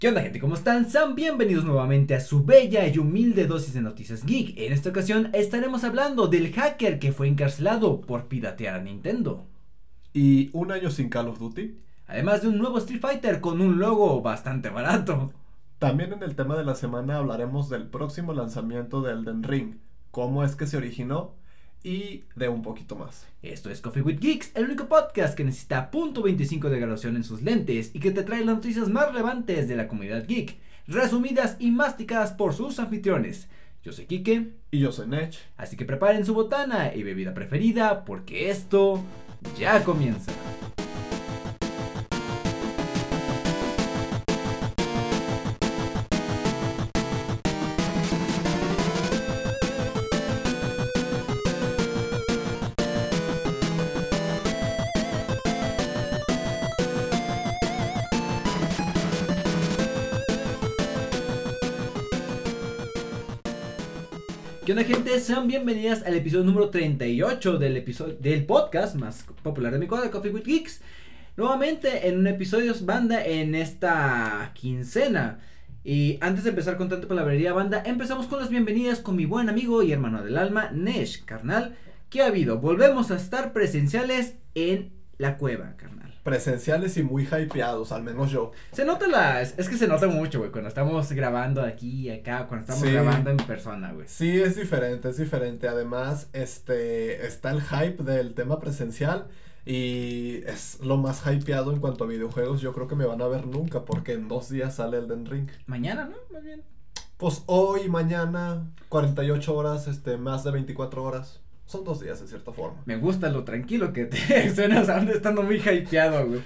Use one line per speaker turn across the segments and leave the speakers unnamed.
¿Qué onda, gente? ¿Cómo están? Sean bienvenidos nuevamente a su bella y humilde dosis de noticias geek. En esta ocasión estaremos hablando del hacker que fue encarcelado por piratear a Nintendo.
Y un año sin Call of Duty.
Además de un nuevo Street Fighter con un logo bastante barato.
También en el tema de la semana hablaremos del próximo lanzamiento de Elden Ring, cómo es que se originó y de un poquito más.
Esto es Coffee with Geeks, el único podcast que necesita .25 de graduación en sus lentes y que te trae las noticias más relevantes de la comunidad geek, resumidas y masticadas por sus anfitriones. Yo soy Kike.
Y yo soy Nech.
Así que preparen su botana y bebida preferida porque esto ya comienza. ¿Qué onda, gente? Sean bienvenidas al episodio número 38 del podcast más popular de mi cuadro, Coffee with Geeks. Nuevamente en un episodio banda en esta quincena. Y antes de empezar con tanta palabrería banda, empezamos con las bienvenidas con mi buen amigo y hermano del alma, Nesh, carnal. ¿Qué ha habido? Volvemos a estar presenciales en la cueva, carnal.
Presenciales y muy hypeados, al menos yo.
Se nota es que se nota mucho, güey, cuando estamos grabando aquí y acá, cuando estamos grabando en persona, güey.
Sí, es diferente. Además, está el hype del tema presencial y es lo más hypeado en cuanto a videojuegos. Yo creo que me van a ver nunca porque en 2 días sale Elden Ring.
Mañana, ¿no? Más bien.
Pues hoy, mañana, 48 horas, más de 24 horas. Son 2 días, de cierta forma.
Me gusta lo tranquilo que te suenas, estando muy hypeado, güey.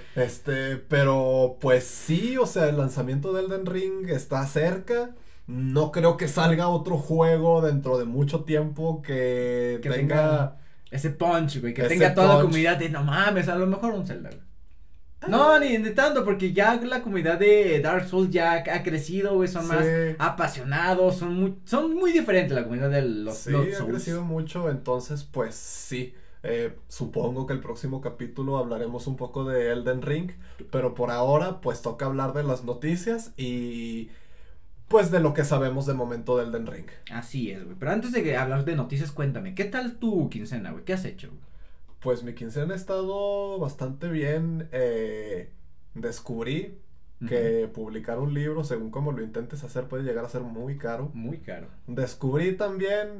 Pero pues sí, o sea, el lanzamiento de Elden Ring está cerca. No creo que salga otro juego dentro de mucho tiempo que tenga
ese punch, güey, que
ese
tenga toda la
punch.
comunidad de no mames, a lo mejor un Zelda, güey. No, ni tanto, porque ya la comunidad de Dark Souls ya ha crecido, güey, son más apasionados, son muy diferentes la comunidad de los
Souls.
Sí,
ha crecido mucho, entonces pues sí, supongo que el próximo capítulo hablaremos un poco de Elden Ring, pero por ahora pues toca hablar de las noticias y pues de lo que sabemos de momento de Elden Ring.
Así es, güey, pero antes de hablar de noticias, cuéntame, ¿qué tal tu quincena, güey? ¿Qué has hecho, güey?
Pues mi quincena ha estado bastante bien. Descubrí que publicar un libro, según como lo intentes hacer, puede llegar a ser muy caro.
Muy caro.
Descubrí también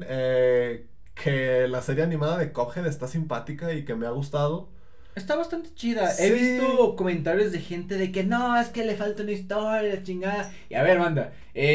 que la serie animada de Cuphead está simpática y que me ha gustado.
Está bastante chida.
Sí.
He visto comentarios de gente de que no, es que le falta una historia, la chingada. Y a ver, banda,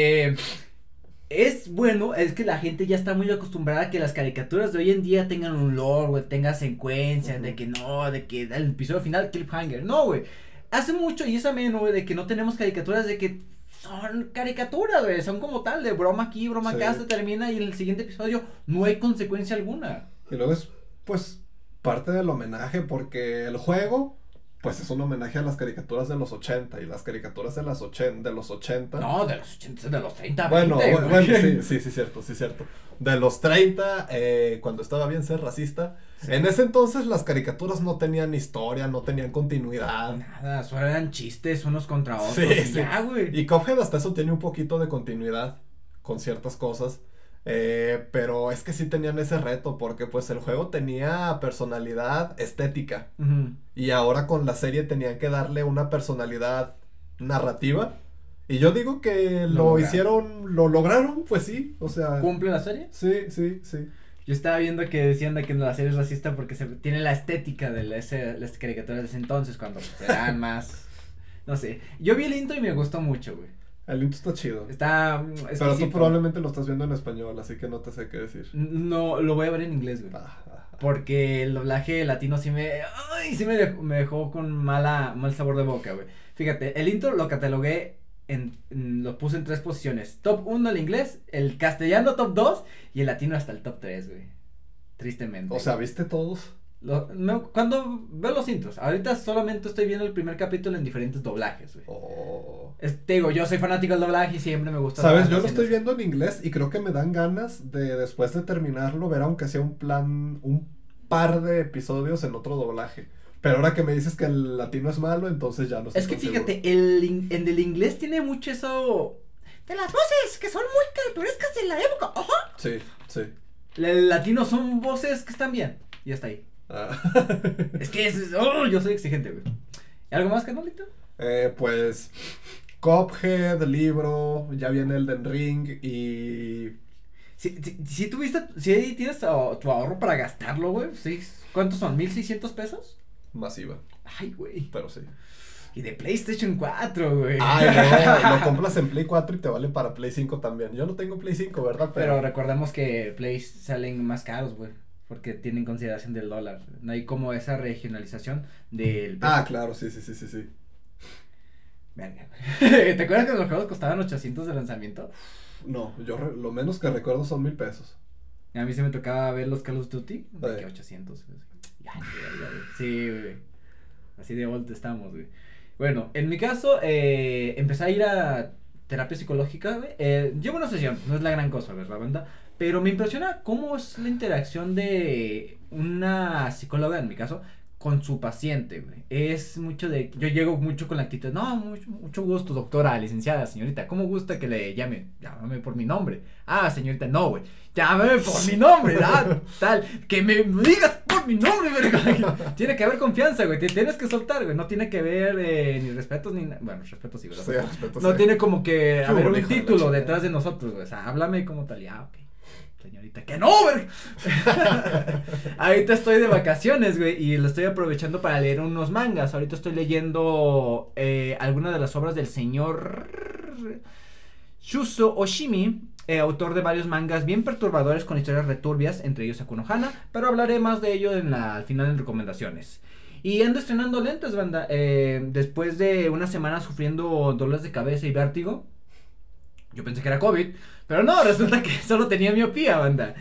es bueno, es que la gente ya está muy acostumbrada a que las caricaturas de hoy en día tengan un lore, güey, tengan secuencias, de que no, de que el episodio final, cliffhanger, no, güey. Hace mucho y es ameno, güey, de que no tenemos caricaturas de que son caricaturas, güey, son como tal, de broma aquí, broma acá, se termina y en el siguiente episodio no hay consecuencia alguna.
Y luego es, pues, parte del homenaje porque el juego, pues es un homenaje a las caricaturas de los 80 y las caricaturas de los 80.
No, de los 80, de los 30,
Bueno,
20,
bueno, sí, cierto. De los 30, cuando estaba bien ser racista, sí. En ese entonces las caricaturas no tenían historia, no tenían continuidad.
Nada, solo eran chistes unos contra otros.
Sí.
Ya, güey.
Y Cuphead hasta eso tiene un poquito de continuidad con ciertas cosas. Pero es que sí tenían ese reto porque pues el juego tenía personalidad estética. Y ahora con la serie tenían que darle una personalidad narrativa. Y yo digo que lo lograron, pues sí, o sea.
¿Cumple la serie?
Sí.
Yo estaba viendo que decían de que la serie es racista porque tiene la estética de las caricaturas de ese entonces cuando pues, eran más, no sé. Yo vi el intro y me gustó mucho, güey.
El intro está chido.
Está
pero tú probablemente lo estás viendo en español, así que no te sé qué decir.
No, lo voy a ver en inglés, güey. Porque el doblaje latino sí me dejó con mal sabor de boca, güey. Fíjate, el intro lo catalogué lo puse en 3 posiciones. Top 1 el inglés, el castellano top 2 y el latino hasta el top 3, güey. Tristemente.
O sea, ¿viste todos?
Cuando veo los intros, ahorita solamente estoy viendo el primer capítulo en diferentes doblajes, güey. Te digo, yo soy fanático del doblaje y siempre me gusta.
¿Sabes? Yo lo estoy viendo en inglés y creo que me dan ganas de, después de terminarlo, ver aunque sea un par de episodios en otro doblaje. Pero ahora que me dices que el latino es malo, entonces ya no sé.
Es que fíjate, en el inglés tiene mucho eso de las voces que son muy caricaturescas de la época. Ajá.
Sí, sí.
El latino son voces que están bien. Y hasta ahí. Es que yo soy exigente, güey. ¿Algo más, Canolito?
Pues Cuphead, libro, ya viene Elden Ring y...
Si tuviste, si tienes tu ahorro para gastarlo, güey, sí. ¿Cuántos son? ¿1,600 pesos?
Masiva.
Ay, güey.
Pero sí.
Y de PlayStation 4, güey.
Ay, no, lo compras en Play 4 y te vale para Play 5 también. Yo no tengo Play 5, ¿verdad?
Pero recordemos que Play salen más caros, güey. Porque tienen consideración del dólar. No hay como esa regionalización del peso.
Ah, claro, sí.
Verga. ¿Te acuerdas que los juegos costaban 800 de lanzamiento?
No, yo lo menos que recuerdo son 1,000 pesos.
A mí se me tocaba ver los Call of Duty. De que 800. Ya, sí, güey. Así de old estamos, güey. Bueno, en mi caso, empecé a ir a terapia psicológica, güey. Llevo una sesión, no es la gran cosa, ¿verdad, banda? Pero me impresiona cómo es la interacción de una psicóloga, en mi caso, con su paciente, güey. Es mucho de... Yo llego mucho con la actitud, no, mucho gusto, doctora, licenciada, señorita. ¿Cómo gusta que le llame? Llámame por mi nombre. Ah, señorita, no, güey. Llámame por mi nombre, tal. Que me digas por mi nombre, verga. Tiene que haber confianza, güey. Tienes que soltar, güey. No tiene que ver ni respetos ni... Bueno, respetos sí, ¿verdad?
Sí, respetos.
No tiene como que haber un título
de
detrás de nosotros, güey. O sea, háblame como tal. Ya, ok. Señorita, que no, verga. Ahorita estoy de vacaciones, güey, y lo estoy aprovechando para leer unos mangas. Ahorita estoy leyendo algunas de las obras del señor Shuzo Oshimi, autor de varios mangas bien perturbadores con historias returbias, entre ellos Akuno Hana, pero hablaré más de ello al final en recomendaciones. Y ando estrenando lentes, banda. Después de una semana sufriendo dolores de cabeza y vértigo, yo pensé que era COVID, pero no, resulta que solo tenía miopía, banda.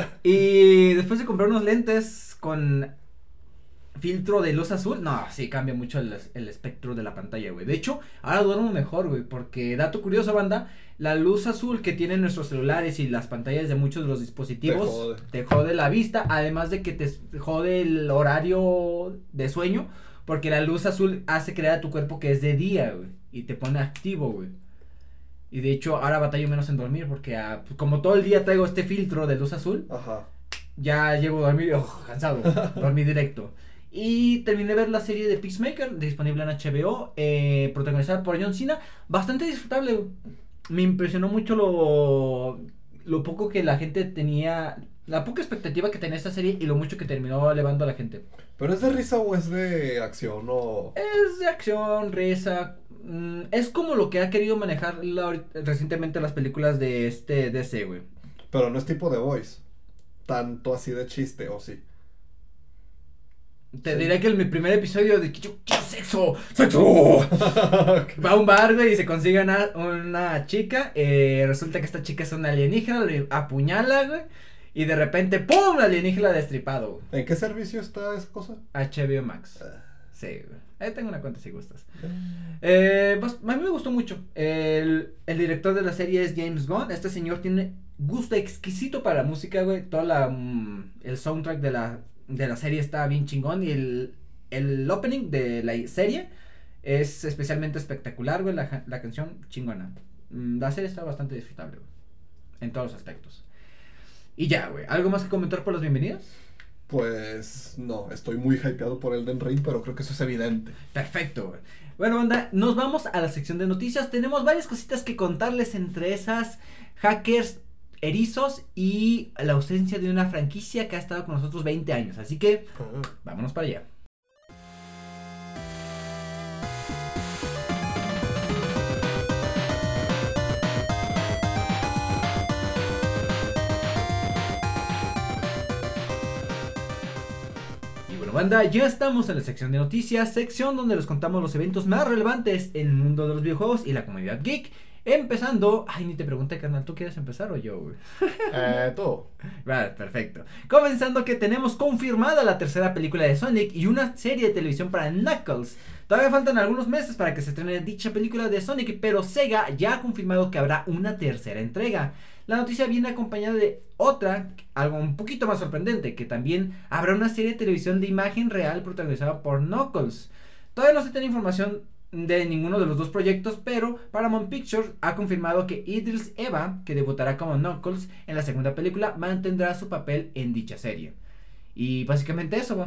Y después de comprar unos lentes con filtro de luz azul, no, sí cambia mucho el espectro de la pantalla, güey. De hecho, ahora duermo mejor, güey, porque dato curioso, banda, la luz azul que tienen nuestros celulares y las pantallas de muchos de los dispositivos te jode la vista, además de que te jode el horario de sueño, porque la luz azul hace creer a tu cuerpo que es de día, güey, y te pone activo, güey. Y de hecho, ahora batallo menos en dormir porque pues, como todo el día traigo este filtro de luz azul,
ajá,
ya llego a dormir, cansado, dormí directo. Y terminé de ver la serie de Peacemaker, disponible en HBO, protagonizada por John Cena, bastante disfrutable. Me impresionó mucho lo poco que la gente tenía, la poca expectativa que tenía esta serie y lo mucho que terminó elevando a la gente.
¿Pero es de risa o es de acción o...?
Es de acción, risa... es como lo que ha querido manejar recientemente las películas de DC, güey.
Pero no es tipo The Voice. Tanto así de chiste, ¿o sí?
Te diré que en mi primer episodio de que yo quiero sexo. Okay. Va a un bar, güey, y se consigue una chica. Resulta que esta chica es una alienígena, le apuñala, güey. Y de repente, ¡pum! Alienígena destripado, güey.
¿En qué servicio está esa cosa?
HBO Max. Sí, güey. Ahí tengo una cuenta si gustas. Pues, a mí me gustó mucho. El director de la serie es James Gunn. Este señor tiene gusto exquisito para la música, güey. El soundtrack de la serie está bien chingón. Y el opening de la serie es especialmente espectacular, güey. La canción chingona. La serie está bastante disfrutable, güey. En todos los aspectos. Y ya, güey. ¿Algo más que comentar por las bienvenidas?
Pues no, estoy muy hypeado por Elden Ring, pero creo que eso es evidente.
Perfecto, güey. Bueno, banda, nos vamos a la sección de noticias. Tenemos varias cositas que contarles, entre esas hackers erizos y la ausencia de una franquicia que ha estado con nosotros 20 años. Así que, vámonos para allá. Banda, ya estamos en la sección de noticias, sección donde les contamos los eventos más relevantes en el mundo de los videojuegos y la comunidad geek. Empezando, ay, ni te pregunté, carnal, ¿tú quieres empezar o yo, güey?
Tú.
Vale, perfecto. Comenzando que tenemos confirmada la tercera película de Sonic y una serie de televisión para Knuckles. Todavía faltan algunos meses para que se estrene dicha película de Sonic, pero Sega ya ha confirmado que habrá una tercera entrega. La noticia viene acompañada de otra, algo un poquito más sorprendente, que también habrá una serie de televisión de imagen real protagonizada por Knuckles. Todavía no se tiene información de ninguno de los dos proyectos, pero Paramount Pictures ha confirmado que Idris Elba, que debutará como Knuckles en la segunda película, mantendrá su papel en dicha serie. Y básicamente eso.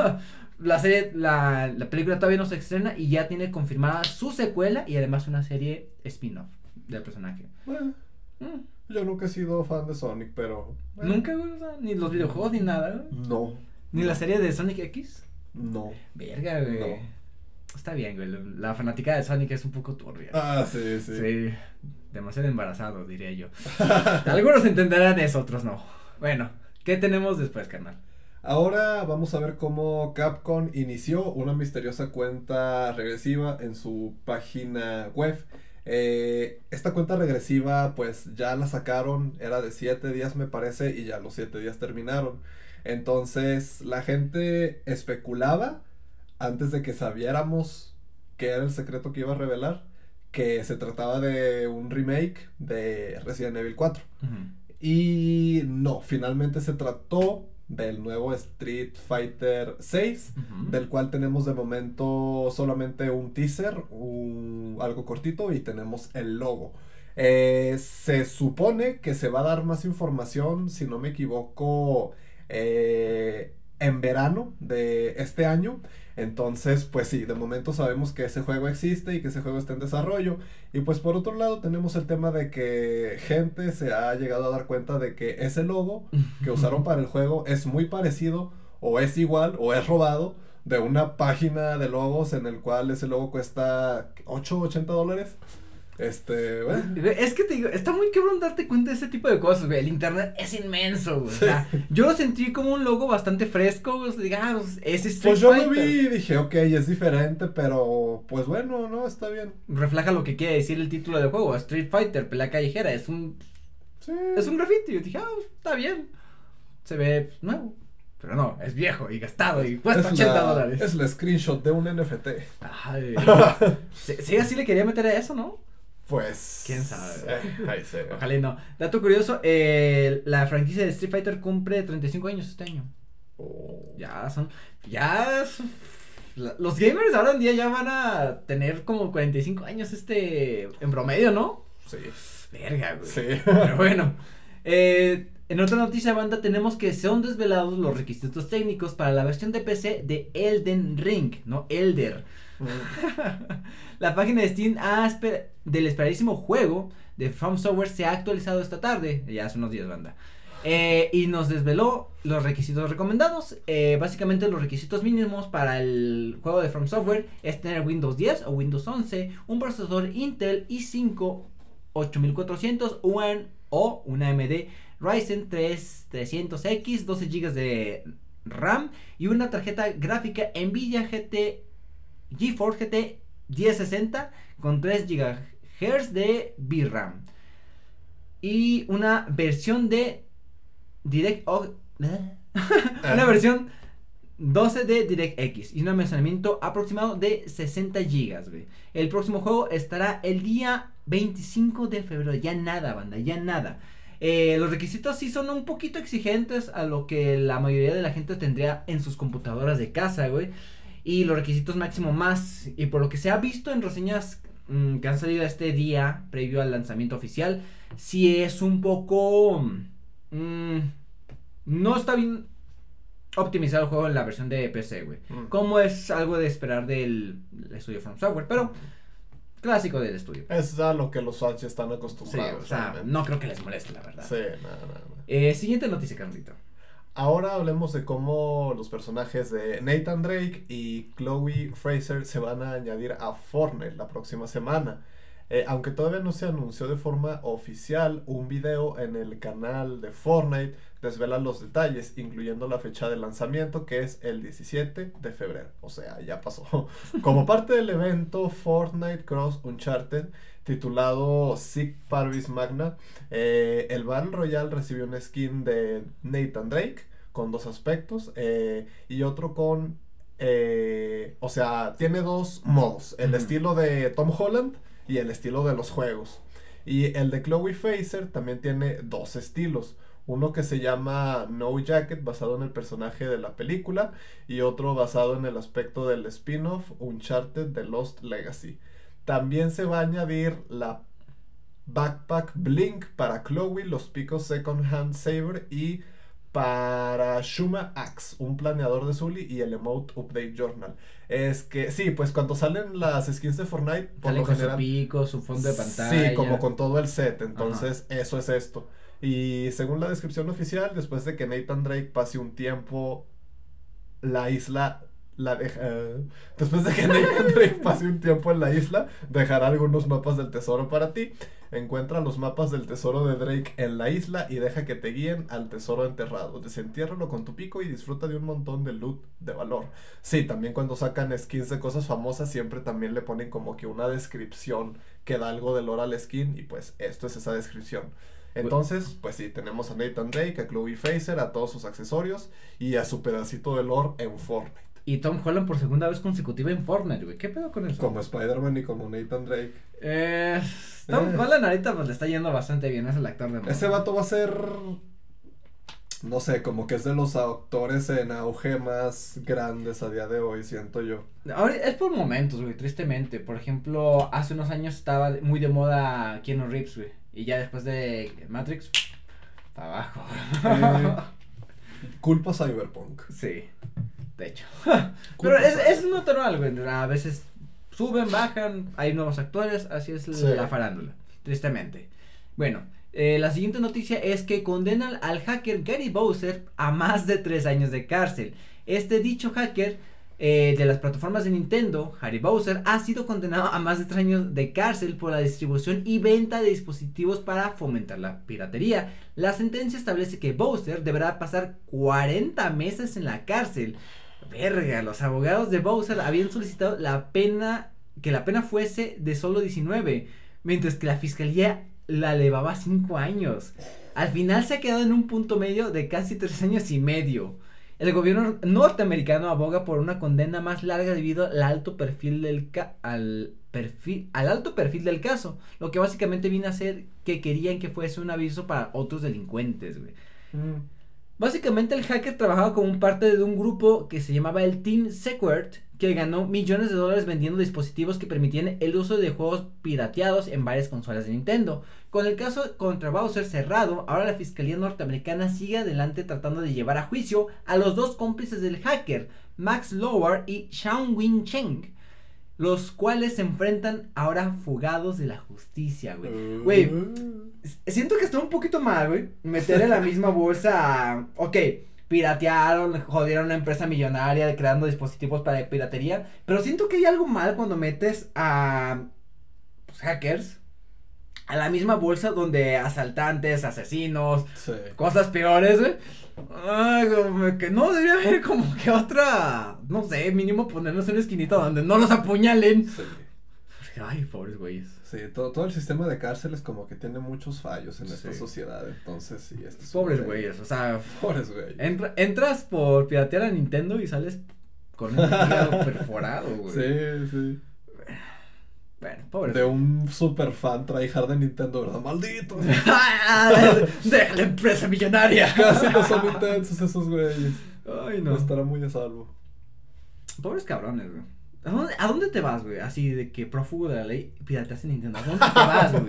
La película todavía no se estrena y ya tiene confirmada su secuela y además una serie spin-off del personaje.
Bueno, yo nunca he sido fan de Sonic, pero...
¿Nunca, güey? O sea, ni los videojuegos ni nada, güey.
No.
¿Ni la serie de Sonic X?
No.
Verga, güey. No. Está bien, güey. La fanática de Sonic es un poco turbia.
Ah, sí.
Sí. Demasiado embarazado, diría yo. Algunos entenderán eso, otros no. Bueno, ¿qué tenemos después, carnal?
Ahora vamos a ver cómo Capcom inició una misteriosa cuenta regresiva en su página web. Esta cuenta regresiva pues ya la sacaron, era de 7 días me parece, y ya los 7 días terminaron. Entonces la gente especulaba, antes de que sabiéramos qué era el secreto que iba a revelar, que se trataba de un remake de Resident Evil 4. Y no, finalmente se trató del nuevo Street Fighter 6, del cual tenemos de momento solamente un teaser, algo cortito, y tenemos el logo. Se supone que se va a dar más información, si no me equivoco, en verano de este año. Entonces, pues sí, de momento sabemos que ese juego existe y que ese juego está en desarrollo. Y pues por otro lado tenemos el tema de que gente se ha llegado a dar cuenta de que ese logo que usaron para el juego es muy parecido, o es igual, o es robado de una página de logos en el cual ese logo cuesta $80. Bueno.
Es que te digo, está muy cabrón darte cuenta de ese tipo de cosas, güey. El internet es inmenso, güey. O sea, yo lo sentí como un logo bastante fresco, güey. Digamos, es Street
Fighter. Pues yo
Fighter.
lo vi y dije, ok, es diferente, pero pues bueno, no, está bien.
Refleja lo que quiere decir el título del juego, Street Fighter, pelea callejera. Es un graffiti. Yo dije, está bien. Se ve nuevo. Pero no, es viejo y gastado y cuesta $80.
Es la screenshot de un NFT.
Ay, sí, así le quería meter a eso, ¿no?
Pues...
¿Quién sabe?
Ahí sí.
Ojalá y no. Dato curioso, la franquicia de Street Fighter cumple 35 años este año. Los gamers ahora en día ya van a tener como 45 años en promedio, ¿no?
Sí.
Verga, güey.
Sí.
Pero bueno. En otra noticia, banda, tenemos que son desvelados los requisitos técnicos para la versión de PC de Elden Ring, no Elder. La página de Steam del esperadísimo juego de From Software se ha actualizado esta tarde, ya hace unos días, banda, y nos desveló los requisitos recomendados. Básicamente los requisitos mínimos para el juego de From Software es tener Windows 10 o Windows 11, un procesador Intel i5 8400 o una AMD Ryzen 3 300X, 12 GB de RAM y una tarjeta gráfica Nvidia GeForce GT 1060 con 3 GHz de VRAM y una versión de una versión 12 de DirectX y un almacenamiento aproximado de 60 GB, güey. El próximo juego estará el día 25 de febrero, ya nada, banda, ya nada. Los requisitos sí son un poquito exigentes a lo que la mayoría de la gente tendría en sus computadoras de casa, güey. Y los requisitos máximo más, y por lo que se ha visto en reseñas que han salido este día previo al lanzamiento oficial, sí es un poco... no está bien optimizado el juego en la versión de PC, güey. Como es algo de esperar del estudio From Software, pero clásico del estudio.
Es a lo que los fans están acostumbrados.
Sí, o sea, no creo que les moleste, la verdad.
Sí, nada.
Siguiente noticia, Carlito.
Ahora hablemos de cómo los personajes de Nathan Drake y Chloe Fraser se van a añadir a Fortnite la próxima semana. Aunque todavía no se anunció de forma oficial, un video en el canal de Fortnite desvela los detalles, incluyendo la fecha de lanzamiento, que es el 17 de febrero. O sea, ya pasó. Como parte del evento Fortnite Cross Uncharted, titulado Sic Parvis Magna. El Battle Royale recibió una skin de Nathan Drake con 2 aspectos y otro con... o sea, tiene 2 modos, el estilo de Tom Holland y el estilo de los juegos. Y el de Chloe Phaser también tiene 2 estilos. Uno que se llama No Jacket, basado en el personaje de la película, y otro basado en el aspecto del spin-off Uncharted The Lost Legacy. También se va a añadir la Backpack Blink para Chloe, los picos Second Hand Saber y para Shuma Axe, un planeador de Zully y el emote Update Journal. Es que, sí, pues cuando salen las skins de Fortnite, por
sale
lo
con
general...
su pico, su fondo de pantalla.
Sí, como con todo el set, entonces eso es esto. Y según la descripción oficial, después de que Nathan Drake pase un tiempo, la isla... después de que Nathan Drake pase un tiempo en la isla, dejará algunos mapas del tesoro para ti. Encuentra los mapas del tesoro de Drake en la isla y deja que te guíen al tesoro enterrado. Desentiérralo con tu pico y disfruta de un montón de loot de valor. Sí, también cuando sacan skins de cosas famosas siempre también le ponen como que una descripción que da algo de lore al skin y pues esto es esa descripción. Entonces, pues sí, tenemos a Nathan Drake, a Chloe Phaser, a todos sus accesorios y a su pedacito de lore en Fortnite.
Y Tom Holland por segunda vez consecutiva en Fortnite, güey. ¿Qué pedo con eso?
Como Spider-Man y como Nathan Drake.
Tom Holland ahorita pues le está yendo bastante bien, es el actor de Marvel.
Ese vato va a ser... No sé, como que es de los actores en auge más grandes a día de hoy, siento yo.
Ahora, es por momentos, güey, tristemente. Por ejemplo, hace unos años estaba muy de moda Keanu Reeves, güey. Y ya después de Matrix, para abajo.
Culpa Cyberpunk.
Sí, de hecho. Pero es natural, güey. A veces suben, bajan, hay nuevos actores, así es la farándula, tristemente. Bueno, la siguiente noticia es que condenan al hacker Gary Bowser a más de 3 años de cárcel. Dicho hacker de las plataformas de Nintendo, Gary Bowser, ha sido condenado a más de 3 años de cárcel por la distribución y venta de dispositivos para fomentar la piratería. La sentencia establece que Bowser deberá pasar 40 meses en la cárcel. Verga, los abogados de Bowser habían solicitado que la pena fuese de solo 19, mientras que la fiscalía la elevaba a 5 años. Al final se ha quedado en un punto medio de casi 3 años y medio. El gobierno norteamericano aboga por una condena más larga debido al alto perfil del alto perfil del caso, lo que básicamente viene a ser que querían que fuese un aviso para otros delincuentes, güey. Básicamente el hacker trabajaba como parte de un grupo que se llamaba el Team Sequirt, que ganó millones de dólares vendiendo dispositivos que permitían el uso de juegos pirateados en varias consolas de Nintendo. Con el caso contra Bowser cerrado, ahora la fiscalía norteamericana sigue adelante tratando de llevar a juicio a los 2 cómplices del hacker, Max Lower y Xiao Wing Cheng, los cuales se enfrentan ahora fugados de la justicia, güey. Güey, siento que está un poquito mal, güey, meter en la misma bolsa a... Ok, piratearon, jodieron a una empresa millonaria creando dispositivos para piratería, pero siento que hay algo mal cuando metes a pues, hackers a la misma bolsa donde asaltantes, asesinos, cosas peores, güey. Ay, como que no debería haber como que otra, no sé, mínimo ponernos en una esquinita donde no los apuñalen. Sí. Ay, pobres güeyes.
Sí, todo el sistema de cárceles como que tiene muchos fallos en esta sociedad, entonces sí,
pobres güeyes, o sea,
pobres güeyes.
Entras por piratear a Nintendo y sales con un hígado perforado, güey.
Sí.
Bueno, pobre.
De un super fan tryhard de Nintendo, ¿verdad? ¡Maldito!
¡Deja la empresa millonaria!
Casi no son intensos esos güeyes.
Ay, no.
Estará muy a salvo.
Pobres cabrones, güey. ¿A dónde te vas, güey? Así de que prófugo de la ley, pirateas en Nintendo. ¿A dónde te vas, güey?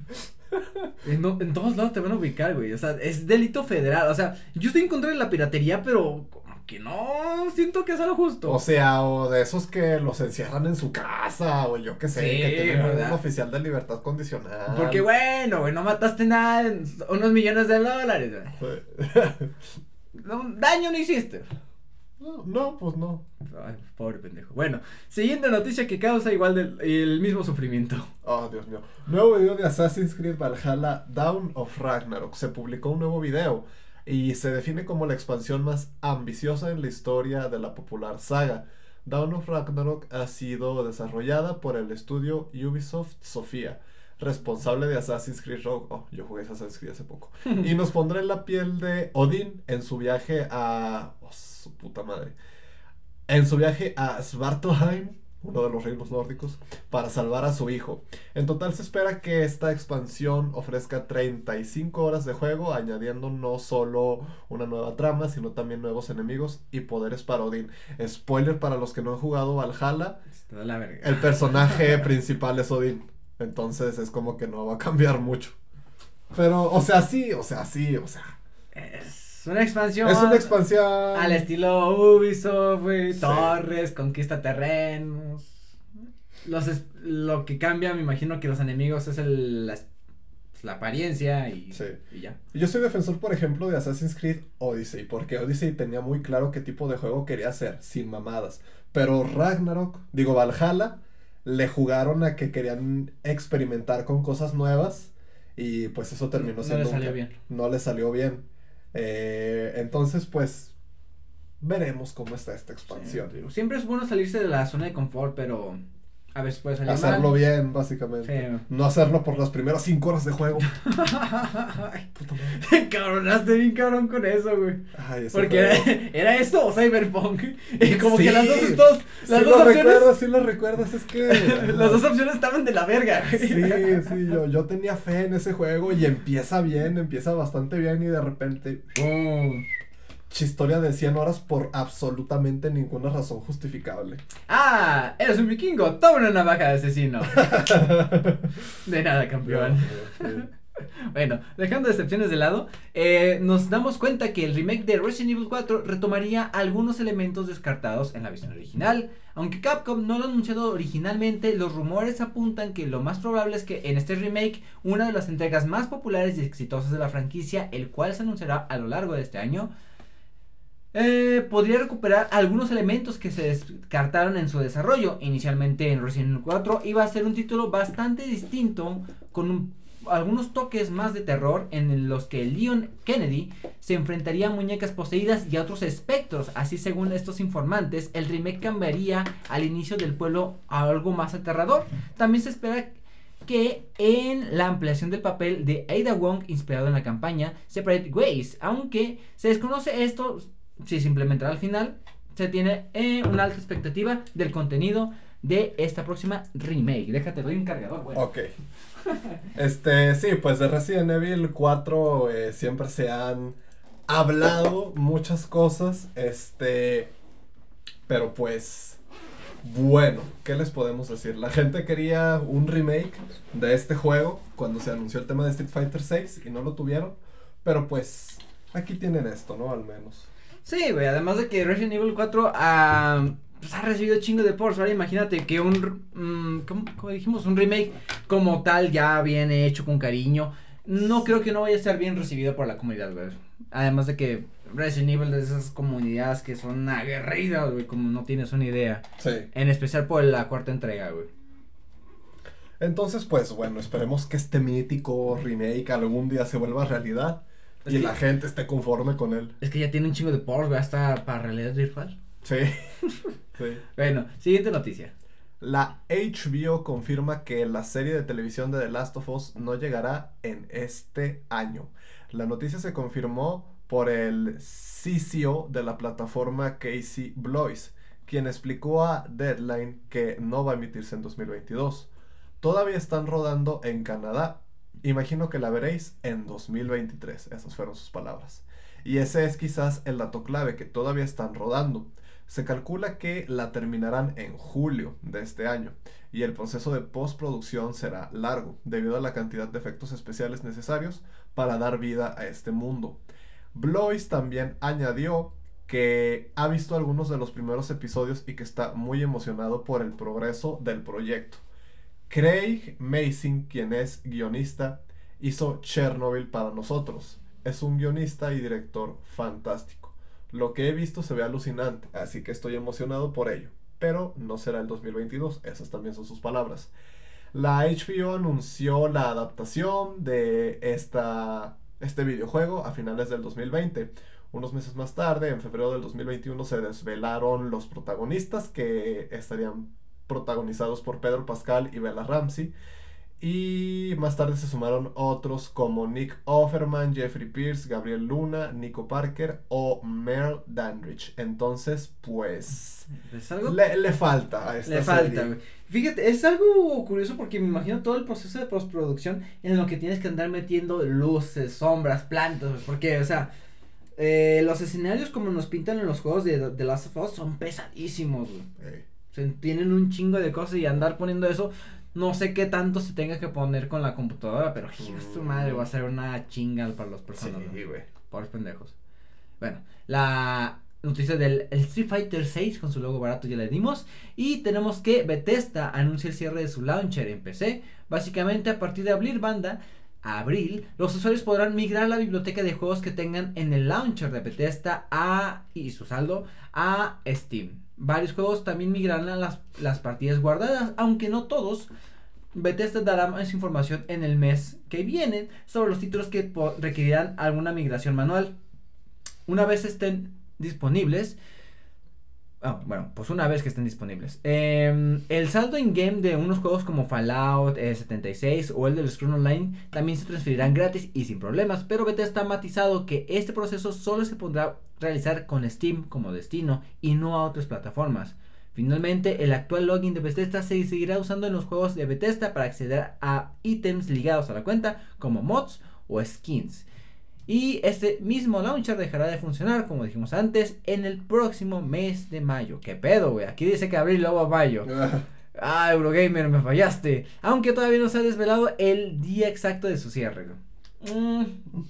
En todos lados te van a ubicar, güey. O sea, es delito federal. O sea, yo estoy en contra de la piratería, pero como que no siento que es algo justo.
O sea, o de esos que los encierran en su casa, o yo qué sé,
sí,
que tienen
¿verdad?
un oficial de libertad condicional.
Porque bueno, güey, no mataste nada, unos millones de dólares, güey. Sí. Daño no hiciste.
No, pues no.
Ay, pobre pendejo. Bueno, siguiente noticia que causa igual el mismo sufrimiento.
Oh, Dios mío. Nuevo video de Assassin's Creed Valhalla Dawn of Ragnarok. Se publicó un nuevo video y se define como la expansión más ambiciosa en la historia de la popular saga. Dawn of Ragnarok ha sido desarrollada por el estudio Ubisoft Sofía. responsable de Assassin's Creed Rogue. Oh, yo jugué Assassin's Creed hace poco. Y nos pondrá en la piel de Odín en su viaje a... Oh, su puta madre. En su viaje a Svartalheim, uno de los reinos nórdicos, para salvar a su hijo. En total se espera que esta expansión ofrezca 35 horas de juego, añadiendo no solo una nueva trama, sino también nuevos enemigos y poderes para Odín. Spoiler para los que no han jugado Valhalla,
está la verga.
El personaje principal es Odín, entonces es como que no va a cambiar mucho. Pero, o sea, sí.
Es una expansión.
Es una expansión.
Al estilo Ubisoft, güey. Sí. Torres, conquista terrenos. Lo que cambia, me imagino que los enemigos es la apariencia y ya.
Yo soy defensor, por ejemplo, de Assassin's Creed Odyssey, porque Odyssey tenía muy claro qué tipo de juego quería hacer, sin mamadas. Pero Valhalla, le jugaron a que querían experimentar con cosas nuevas y pues eso terminó siendo... No le salió bien. Entonces pues veremos cómo está esta expansión.
Sí, siempre es bueno salirse de la zona de confort, pero a veces puede salir
hacerlo mal. Bien, básicamente. Sí. No hacerlo por las primeras 5 horas de juego.
Ay, puta madre. Cabronaste bien cabrón con eso, güey. Ay, porque era esto o Cyberpunk. Y como que las dos opciones.
Sí lo recuerdas, es que
las dos opciones estaban de la verga, güey.
Sí, yo tenía fe en ese juego y empieza bastante bien y de repente historia de 100 horas por absolutamente ninguna razón justificable.
Ah, eres un vikingo, toma una navaja de asesino. De nada, campeón. Bueno, dejando excepciones de lado, nos damos cuenta que el remake de Resident Evil 4 retomaría algunos elementos descartados en la versión original. Aunque Capcom no lo ha anunciado originalmente, los rumores apuntan que lo más probable es que en este remake, una de las entregas más populares y exitosas de la franquicia, el cual se anunciará a lo largo de este año, podría recuperar algunos elementos que se descartaron en su desarrollo. Inicialmente en Resident Evil 4 iba a ser un título bastante distinto, con algunos toques más de terror, en los que Leon Kennedy se enfrentaría a muñecas poseídas y a otros espectros. Así, según estos informantes, el remake cambiaría al inicio del pueblo a algo más aterrador. También se espera que en la ampliación del papel de Ada Wong, inspirado en la campaña Separate Ways, aunque se desconoce esto si se implementará al final, se tiene una alta expectativa del contenido de esta próxima remake. Déjate, doy un cargador, güey.
Ok. Sí, pues de Resident Evil 4 siempre se han hablado muchas cosas, pero pues, bueno, ¿qué les podemos decir? La gente quería un remake de este juego cuando se anunció el tema de Street Fighter 6 y no lo tuvieron, pero pues, aquí tienen esto, ¿no? Al menos.
Sí, güey, además de que Resident Evil 4 pues ha recibido chingo de ports. Ahora imagínate que como dijimos, un remake como tal, ya bien hecho, con cariño, no creo que no vaya a ser bien recibido por la comunidad, güey. Además de que Resident Evil es de esas comunidades que son aguerridas, güey, como no tienes una idea.
Sí.
En especial por la cuarta entrega, güey.
Entonces, pues, bueno, esperemos que este mítico remake algún día se vuelva realidad. Y la gente esté conforme con él.
Es que ya tiene un chingo de ports, güey, hasta para realidad virtual.
Sí. Sí.
Bueno, siguiente noticia.
La HBO confirma que la serie de televisión de The Last of Us no llegará en este año. La noticia se confirmó por el CCO de la plataforma Casey Bloys, quien explicó a Deadline que no va a emitirse en 2022. Todavía están rodando en Canadá. Imagino que la veréis en 2023. Esas fueron sus palabras. Y ese es quizás el dato clave, que todavía están rodando. Se calcula que la terminarán en julio de este año. Y el proceso de postproducción será largo, debido a la cantidad de efectos especiales necesarios para dar vida a este mundo. Blois también añadió que ha visto algunos de los primeros episodios y que está muy emocionado por el progreso del proyecto. Craig Mazin, quien es guionista, hizo Chernobyl para nosotros. Es un guionista y director fantástico. Lo que he visto se ve alucinante, así que estoy emocionado por ello. Pero no será el 2022, esas también son sus palabras. La HBO anunció la adaptación de este videojuego a finales del 2020. Unos meses más tarde, en febrero del 2021, se desvelaron los protagonistas, que estarían protagonizados por Pedro Pascal y Bella Ramsey. Y más tarde se sumaron otros como Nick Offerman, Jeffrey Pierce, Gabriel Luna, Nico Parker o Merle Dandridge. Entonces, pues,
¿Es algo?
le falta a esta
Le falta, güey. Fíjate, es algo curioso porque me imagino todo el proceso de postproducción en lo que tienes que andar metiendo luces, sombras, plantas, güey, porque, o sea, los escenarios como nos pintan en los juegos de Last of Us son pesadísimos, güey. O sea, tienen un chingo de cosas y andar poniendo eso, no sé qué tanto se tenga que poner con la computadora, pero su madre va a ser una chinga para las personas.
Sí, güey.
Pobres pendejos. Bueno, la noticia del Street Fighter 6 con su logo barato ya le dimos. Y tenemos que Bethesda anuncia el cierre de su launcher en PC. Básicamente a partir de abril, los usuarios podrán migrar la biblioteca de juegos que tengan en el launcher de Bethesda y su saldo a Steam. Varios juegos también migrarán a las partidas guardadas, aunque no todos. Bethesda dará más información en el mes que viene sobre los títulos que requerirán alguna migración manual. Una vez estén disponibles, una vez que estén disponibles, el saldo in-game de unos juegos como Fallout 76 o el del Scroll Online también se transferirán gratis y sin problemas, pero Bethesda ha matizado que este proceso solo se podrá realizar con Steam como destino y no a otras plataformas. Finalmente, el actual login de Bethesda se seguirá usando en los juegos de Bethesda para acceder a ítems ligados a la cuenta como mods o skins. Y este mismo launcher dejará de funcionar, como dijimos antes, en el próximo mes de mayo. ¿Qué pedo, güey? Aquí dice que abril, luego mayo. Eurogamer, me fallaste. Aunque todavía no se ha desvelado el día exacto de su cierre, güey.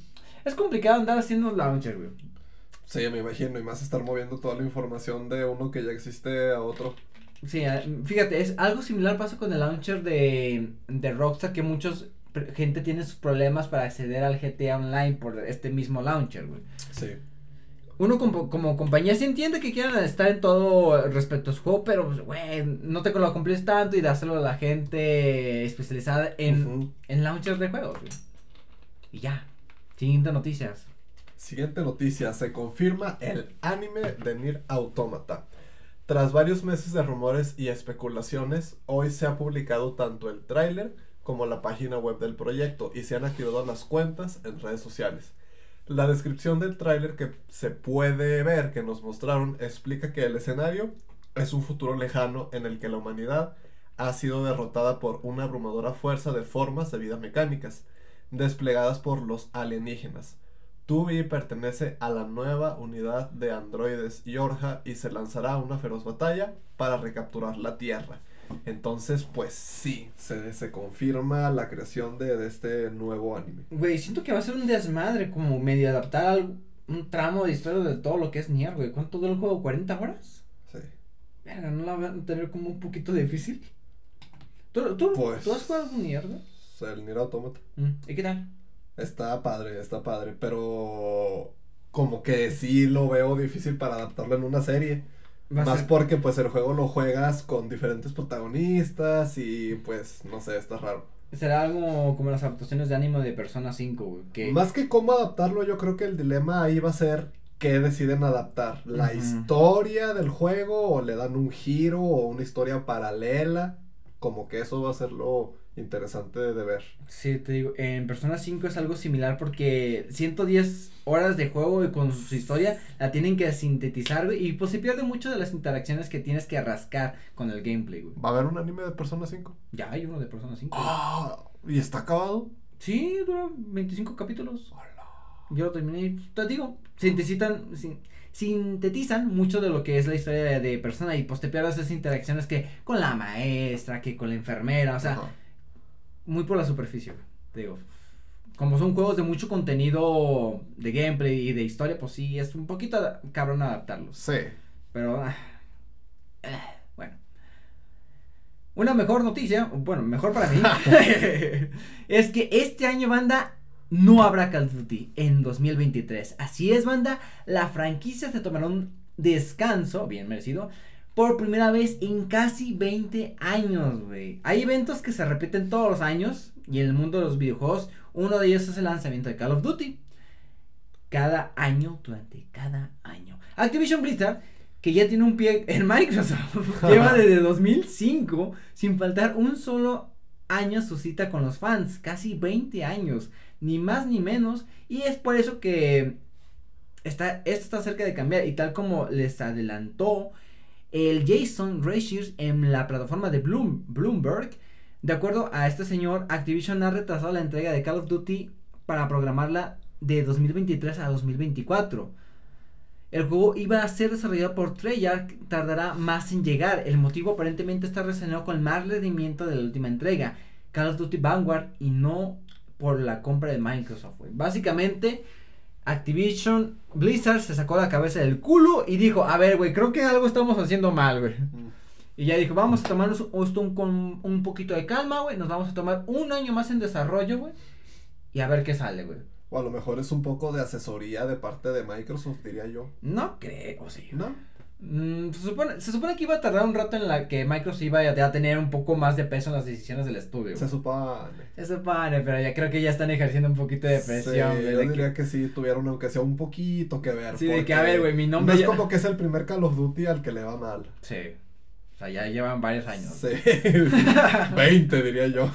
Es complicado andar haciendo launcher, güey.
Sí, me imagino, y más estar moviendo toda la información de uno que ya existe a otro.
Sí, fíjate, es algo similar pasa con el launcher de Rockstar, que gente tiene sus problemas para acceder al GTA Online por este mismo launcher, güey.
Sí.
Uno como compañía sí entiende que quieran estar en todo respecto a su juego, pero, pues, güey, no te lo cumples tanto y dáselo a la gente especializada en launchers de juegos, güey. Y ya. Siguiente noticias.
Siguiente noticia, se confirma el anime de Nier Automata. Tras varios meses de rumores y especulaciones, hoy se ha publicado tanto el tráiler como la página web del proyecto y se han activado las cuentas en redes sociales. La descripción del tráiler que se puede ver que nos mostraron explica que el escenario es un futuro lejano en el que la humanidad ha sido derrotada por una abrumadora fuerza de formas de vida mecánicas desplegadas por los alienígenas. 2B pertenece a la nueva unidad de androides Yorha y se lanzará a una feroz batalla para recapturar la Tierra. Entonces, pues sí, se confirma la creación de este nuevo anime.
Güey, siento que va a ser un desmadre como medio adaptar un tramo de historia de todo lo que es Nier, güey. ¿Cuánto dura el juego? ¿40 horas?
Sí.
Verga, ¿no la van a tener como un poquito difícil? ¿Tú has jugado algún Nier, güey?
El Nier Automata.
¿Y qué tal?
Está padre, pero como que sí lo veo difícil para adaptarlo en una serie. Más porque pues el juego lo juegas con diferentes protagonistas y pues no sé, está raro.
Será algo como las adaptaciones de anime de Persona 5, güey. Que...
Más que cómo adaptarlo, yo creo que el dilema ahí va a ser qué deciden adaptar. ¿La historia del juego o le dan un giro o una historia paralela? Como que eso va a ser lo interesante de ver.
Sí, te digo, en Persona 5 es algo similar porque 110 horas de juego y con su historia la tienen que sintetizar, güey, y pues se pierde mucho de las interacciones que tienes que rascar con el gameplay, güey.
¿Va a haber un anime de Persona 5?
Ya hay uno de Persona 5.
¿Y está acabado?
Sí, dura 25 capítulos.
Hola.
Yo lo terminé, te digo, sintetizan mucho de lo que es la historia de Persona y pues te pierdes esas interacciones que con la maestra, que con la enfermera, o sea, muy por la superficie, te digo. Como son juegos de mucho contenido de gameplay y de historia, pues sí, es un poquito cabrón adaptarlos.
Sí.
Pero, bueno. Una mejor noticia, bueno, mejor para mí, es que este año, banda, no habrá Call of Duty en 2023. Así es, banda, la franquicia se tomará un descanso, bien merecido, por primera vez en casi 20 años, güey. Hay eventos que se repiten todos los años y en el mundo de los videojuegos, uno de ellos es el lanzamiento de Call of Duty. Durante cada año. Activision Blizzard, que ya tiene un pie en Microsoft, lleva desde 2005 sin faltar un solo años su cita con los fans, casi 20 años, ni más ni menos, y es por eso que esto está cerca de cambiar, y tal como les adelantó el Jason Schreier en la plataforma de Bloomberg, de acuerdo a este señor, Activision ha retrasado la entrega de Call of Duty para programarla de 2023 a 2024. El juego iba a ser desarrollado por Treyarch, tardará más en llegar. El motivo aparentemente está relacionado con el mal rendimiento de la última entrega, Call of Duty Vanguard, y no por la compra de Microsoft, wey. Básicamente, Activision Blizzard se sacó la cabeza del culo y dijo, a ver, güey, creo que algo estamos haciendo mal, güey. Y ya dijo, vamos a tomarnos esto con un poquito de calma, güey. Nos vamos a tomar un año más en desarrollo, güey. Y a ver qué sale, güey.
O a lo mejor es un poco de asesoría de parte de Microsoft, diría yo.
No creo, sí.
¿No?
Se supone que iba a tardar un rato en la que Microsoft iba a tener un poco más de peso en las decisiones del estudio.
Se supone,
pero ya creo que ya están ejerciendo un poquito de presión.
Sí,
güey,
yo diría que sí, tuvieron aunque sea un poquito que ver.
Sí, de que a ver, güey, mi nombre
no es como que es el primer Call of Duty al que le va mal.
Sí, o sea, ya llevan varios años.
Sí, 20 diría yo.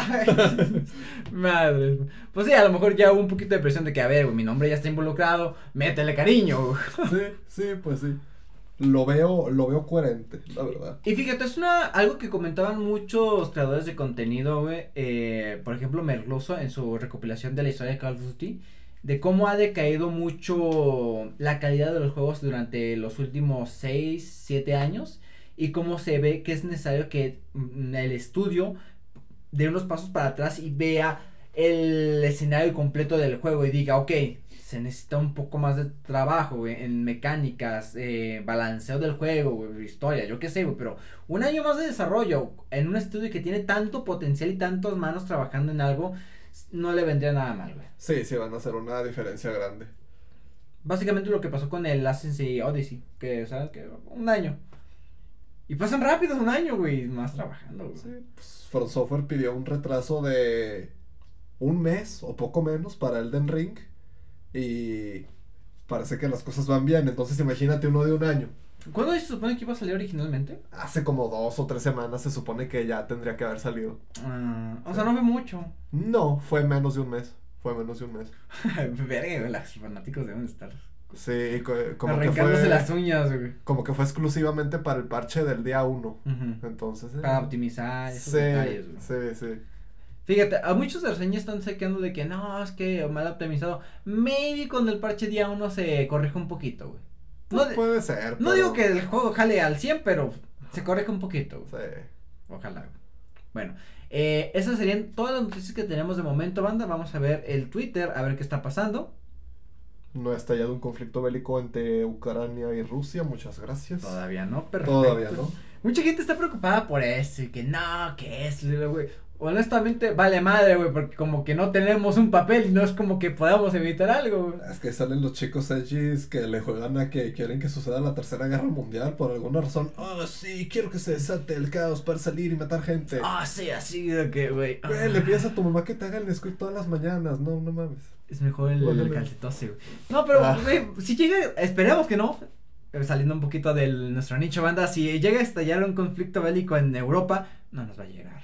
Madre. Pues sí, a lo mejor ya hubo un poquito de presión de que, a ver, güey, mi nombre ya está involucrado, métele cariño.
Sí, pues sí. Lo veo coherente, la verdad.
Y fíjate, es algo que comentaban muchos creadores de contenido, güey, por ejemplo, Merloso en su recopilación de la historia de Call of Duty, de cómo ha decaído mucho la calidad de los juegos durante los últimos 6, 7 años, y cómo se ve que es necesario que el estudio dé unos pasos para atrás y vea el escenario completo del juego y diga, ok, se necesita un poco más de trabajo, güey, en mecánicas, balanceo del juego, güey, historia, yo qué sé, güey, pero un año más de desarrollo en un estudio que tiene tanto potencial y tantas manos trabajando en algo, no le vendría nada mal, güey.
Sí, van a hacer una diferencia grande.
Básicamente lo que pasó con el Assassin's Creed Odyssey, que, ¿sabes? Que un año. Y pasan rápido un año, güey, más trabajando, güey.
Sí, pues From Software pidió un retraso de un mes o poco menos para Elden Ring. Y parece que las cosas van bien, entonces imagínate uno de un año.
¿Cuándo se supone que iba a salir originalmente?
Hace como 2 o 3 semanas se supone que ya tendría que haber salido.
O sea, no fue mucho.
No, fue menos de un mes.
Verga, los fanáticos deben estar.
Sí, como
arrancándose
que fue
las uñas, güey.
Como que fue exclusivamente para el parche del día 1.
Uh-huh.
Entonces.
Para optimizar esos detalles, güey.
Sí.
Fíjate, a muchos de reseñas están sacando de que no, es que mal optimizado. Maybe con el parche día 1 se corrige un poquito, güey.
No puede ser.
No digo que el juego jale al 100, pero se corrige un poquito, güey.
Sí.
Ojalá. Bueno, esas serían todas las noticias que tenemos de momento, banda. Vamos a ver el Twitter, a ver qué está pasando.
No ha estallado un conflicto bélico entre Ucrania y Rusia, muchas gracias.
Todavía no, perfecto.
Todavía no.
Mucha gente está preocupada por eso y que no, que es, güey. Honestamente, vale madre, güey, porque como que no tenemos un papel y no es como que podamos evitar algo, güey.
Es que salen los chicos edgys que le juegan a que quieren que suceda la tercera guerra mundial por alguna razón. Sí, quiero que se desate el caos para salir y matar gente.
Sí, así de que, güey.
Le pides a tu mamá que te haga el script todas las mañanas, no mames.
Es mejor el calcetose, güey. No, pero, güey, si llega, esperemos que no. Saliendo un poquito de nuestro nicho, banda, si llega a estallar un conflicto bélico en Europa, no nos va a llegar.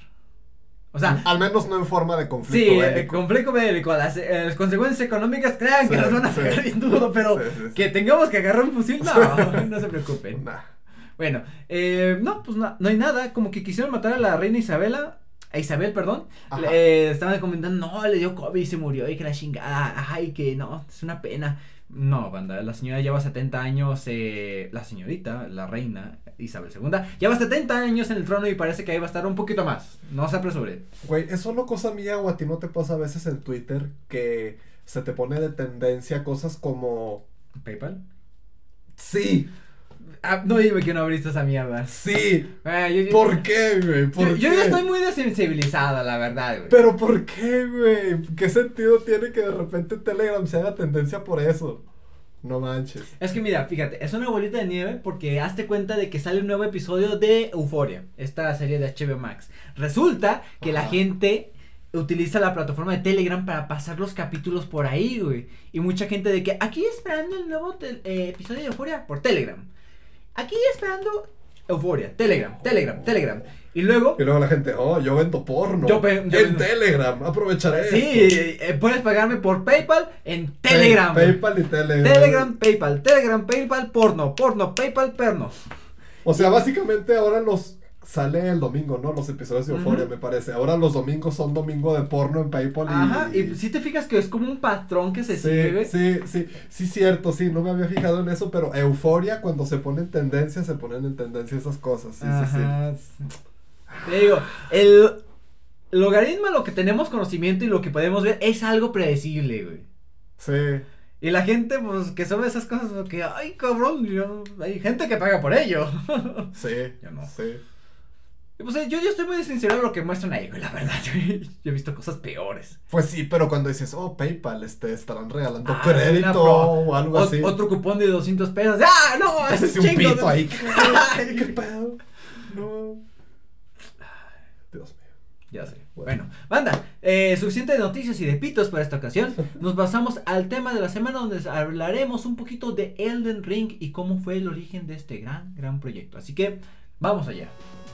O sea,
al menos no en forma de conflicto bélico.
Sí, conflicto bélico, las consecuencias económicas, crean que nos van a pegar bien duro, pero que tengamos que agarrar un fusil, no se preocupen. Bueno, no, pues no hay nada, como que quisieron matar a la reina Isabel, perdón, estaban comentando, no, le dio COVID y se murió, y que la chingada, ay, que no, es una pena. No, banda, la señora lleva 70 años, la señorita, la reina Isabel II, lleva 70 años en el trono y parece que ahí va a estar un poquito más, no se apresure.
Güey, ¿es solo cosa mía o a ti no te pasa a veces en Twitter que se te pone de tendencia cosas como...
¿PayPal?
Sí.
No dime que no abriste esa mierda.
Sí. ¿Por qué, güey?
Yo ya estoy muy desensibilizada, la verdad, güey.
Pero ¿por qué, güey? ¿Qué sentido tiene que de repente Telegram se haga tendencia por eso? No manches.
Es que mira, fíjate, es una bolita de nieve porque hazte cuenta de que sale un nuevo episodio de Euphoria, esta serie de HBO Max. Resulta que la gente utiliza la plataforma de Telegram para pasar los capítulos por ahí, güey. Y mucha gente de que aquí esperando el nuevo episodio de Euphoria por Telegram. Aquí esperando Euphoria, Telegram. Y luego
la gente, yo vendo porno. En Telegram, aprovecharé esto.
Sí, puedes pagarme por PayPal en Telegram.
PayPal y Telegram.
Telegram, PayPal, porno, PayPal, perno.
O sea, básicamente ahora sale el domingo, ¿no? Los episodios de Euphoria, me parece. Ahora los domingos son domingo de porno en PayPal.
Ajá, y si te fijas que es como un patrón que se sigue.
Sí, cierto, sí, no me había fijado en eso, pero Euphoria, cuando se ponen en tendencia esas cosas. Sí.
Te digo, el logaritmo, lo que tenemos conocimiento y lo que podemos ver es algo predecible, güey.
Sí.
Y la gente, pues, que sabe esas cosas, que, ay, cabrón, hay gente que paga por ello.
Sí.
Yo no.
Sí.
Y pues yo estoy muy sincero de lo que muestran ahí, güey, la verdad. Yo he visto cosas peores.
Pues sí, pero cuando dices, PayPal, estarán regalando crédito o algo así.
Otro cupón de $200. ¡Ah, no!
Es un pito ahí. ¿Qué pedo? No. Dios mío.
Ya sé. Bueno, banda, suficiente de noticias y de pitos para esta ocasión. Nos pasamos al tema de la semana, donde hablaremos un poquito de Elden Ring y cómo fue el origen de este gran proyecto. Así que, vamos allá.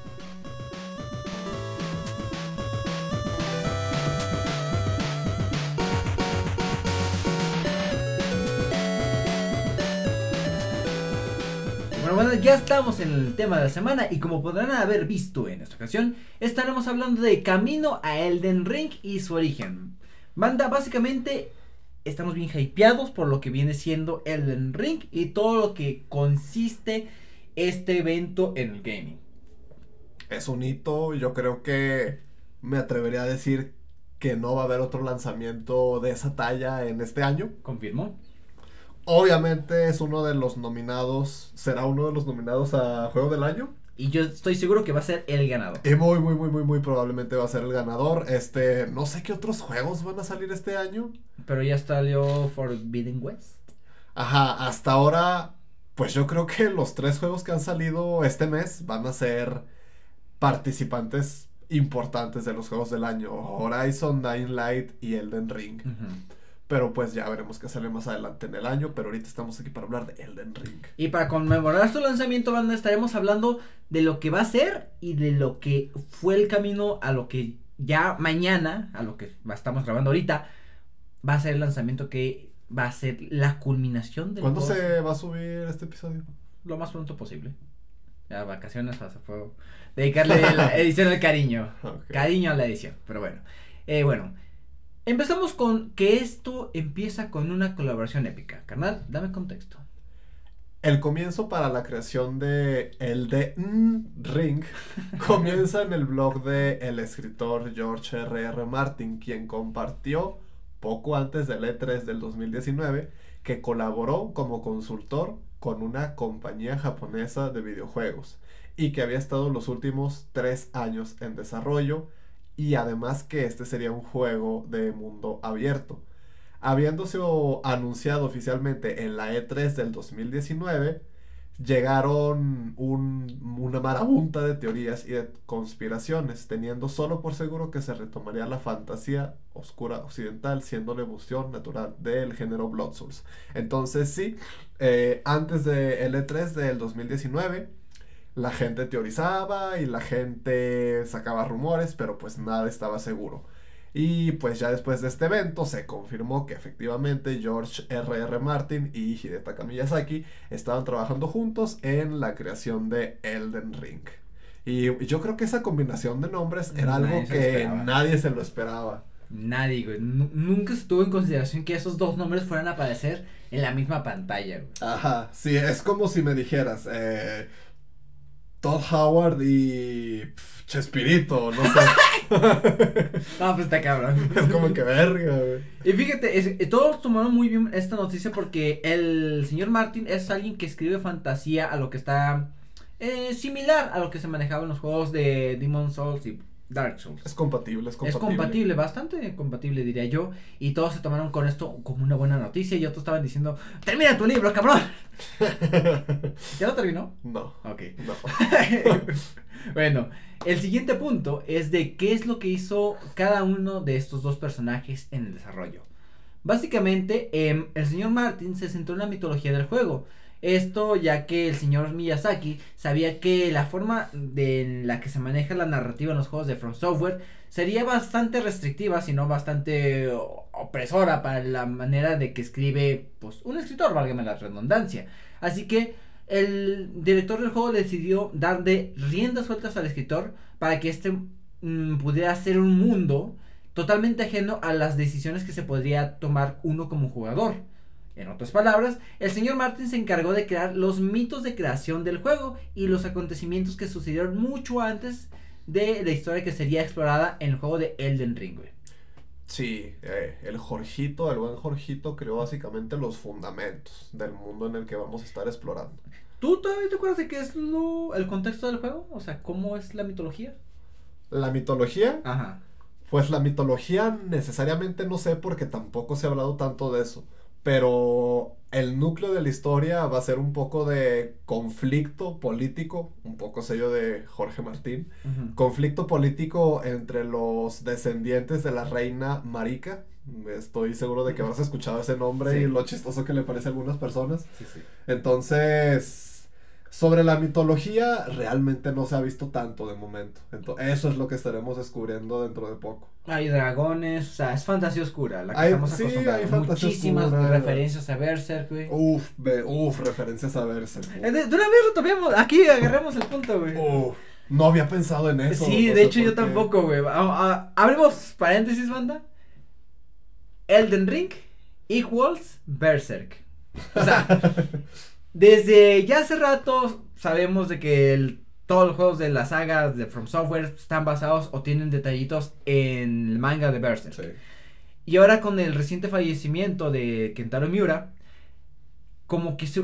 Bueno, ya estamos en el tema de la semana y como podrán haber visto en esta ocasión, estaremos hablando de Camino a Elden Ring y su origen. Banda, básicamente estamos bien hypeados por lo que viene siendo Elden Ring y todo lo que consiste este evento en el gaming.
Es un hito, yo creo que me atrevería a decir que no va a haber otro lanzamiento de esa talla en este año.
¿Confirmó?
Obviamente es uno de los nominados, será uno de los nominados a Juego del Año.
Y yo estoy seguro que va a ser el ganador.
Y muy probablemente va a ser el ganador. No sé qué otros juegos van a salir este año.
Pero ya salió Forbidden West.
Ajá, hasta ahora, pues yo creo que los 3 juegos que han salido este mes van a ser participantes importantes de los juegos del año. Horizon, Dying Light y Elden Ring. Pero pues ya veremos qué sale más adelante en el año. Pero ahorita estamos aquí para hablar de Elden Ring.
Y para conmemorar su lanzamiento, banda, estaremos hablando de lo que va a ser y de lo que fue el camino a lo que ya mañana, a lo que estamos grabando ahorita, va a ser el lanzamiento que va a ser la culminación del
¿Cuándo se va a subir este episodio?
Lo más pronto posible. Ya vacaciones, o sea, fue dedicarle la edición al cariño. Okay. Cariño a la edición, pero bueno. Empezamos con que esto empieza con una colaboración épica. Carnal, dame contexto.
El comienzo para la creación de Elden Ring comienza en el blog de el escritor George R.R. Martin, quien compartió poco antes del E3 del 2019 que colaboró como consultor con una compañía japonesa de videojuegos y que había estado los últimos 3 años en desarrollo. Y además que este sería un juego de mundo abierto. Habiéndose anunciado oficialmente en la E3 del 2019, llegaron una marabunta de teorías y de conspiraciones, teniendo solo por seguro que se retomaría la fantasía oscura occidental, siendo la evolución natural del género Blood Souls. Entonces sí, antes del E3 del 2019... la gente teorizaba y la gente sacaba rumores, pero pues nada estaba seguro. Y pues ya después de este evento se confirmó que efectivamente George R.R. Martin y Hidetaka Miyazaki estaban trabajando juntos en la creación de Elden Ring. Y yo creo que esa combinación de nombres era algo que nadie se lo esperaba.
Nadie, güey. Nunca se tuvo en consideración que esos 2 nombres fueran a aparecer en la misma pantalla, güey.
Ajá, sí, es como si me dijeras, Todd Howard y Chespirito, no sé.
No, pues está cabrón.
Es como que verga, güey.
Y fíjate, todos tomaron muy bien esta noticia porque el señor Martin es alguien que escribe fantasía a lo que está similar a lo que se manejaba en los juegos de Demon's Souls y Dark Souls.
Es compatible.
Es compatible, bastante compatible diría yo. Y todos se tomaron con esto como una buena noticia y otros estaban diciendo, ¡termina tu libro, cabrón! ¿Ya lo terminó?
No.
Ok.
No.
Bueno, el siguiente punto es de qué es lo que hizo cada uno de estos 2 personajes en el desarrollo. Básicamente, el señor Martin se centró en la mitología del juego. Esto ya que el señor Miyazaki sabía que la forma en la que se maneja la narrativa en los juegos de From Software sería bastante restrictiva, sino bastante opresora para la manera de que escribe, pues, un escritor, válgame la redundancia. Así que el director del juego decidió darle riendas sueltas al escritor para que pudiera hacer un mundo totalmente ajeno a las decisiones que se podría tomar uno como jugador. En otras palabras, el señor Martin se encargó de crear los mitos de creación del juego y los acontecimientos que sucedieron mucho antes de la historia que sería explorada en el juego de Elden Ring, güey.
Sí, el buen Jorgito creó básicamente los fundamentos del mundo en el que vamos a estar explorando.
¿Tú todavía te acuerdas de qué es el contexto del juego? O sea, ¿cómo es la mitología?
¿La mitología?
Ajá.
Pues la mitología necesariamente no sé porque tampoco se ha hablado tanto de eso. Pero el núcleo de la historia va a ser un poco de conflicto político, un poco sello de Jorge Martín, conflicto político entre los descendientes de la reina Marika. Estoy seguro de que habrás escuchado ese nombre y lo chistoso que le parece a algunas personas.
Sí.
Entonces, sobre la mitología realmente no se ha visto tanto de momento. Entonces, eso es lo que estaremos descubriendo dentro de poco.
Hay dragones, o sea, es fantasía oscura la que estamos acostumbrados.
Hay fantasía
muchísimas
oscura.
Referencias a Berserk, güey.
Referencias a Berserk.
De una vez lo tomemos, aquí agarremos el punto, güey.
No había pensado en eso.
Sí, de hecho yo tampoco, güey. Abrimos paréntesis, banda. Elden Ring equals Berserk. O sea, desde ya hace rato sabemos de que todos los juegos de la saga de From Software están basados o tienen detallitos en el manga de Berserk.
Sí.
Y ahora con el reciente fallecimiento de Kentaro Miura, como que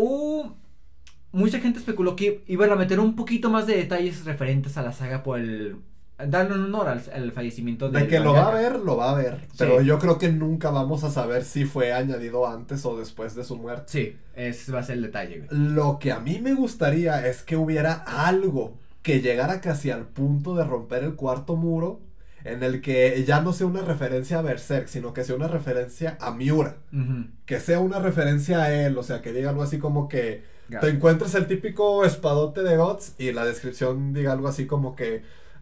mucha gente especuló que iban a meter un poquito más de detalles referentes a la saga por darle un honor al fallecimiento
de que lo va a ver, sí. Pero yo creo que nunca vamos a saber si fue añadido antes o después de su muerte.
Sí, ese va a ser el detalle, güey.
Lo que a mí me gustaría es que hubiera algo que llegara casi al punto de romper el cuarto muro, en el que ya no sea una referencia a Berserk, sino que sea una referencia a Miura. Que sea una referencia a él, o sea, que diga algo así como que te encuentres el típico espadote de Guts y la descripción diga algo así como que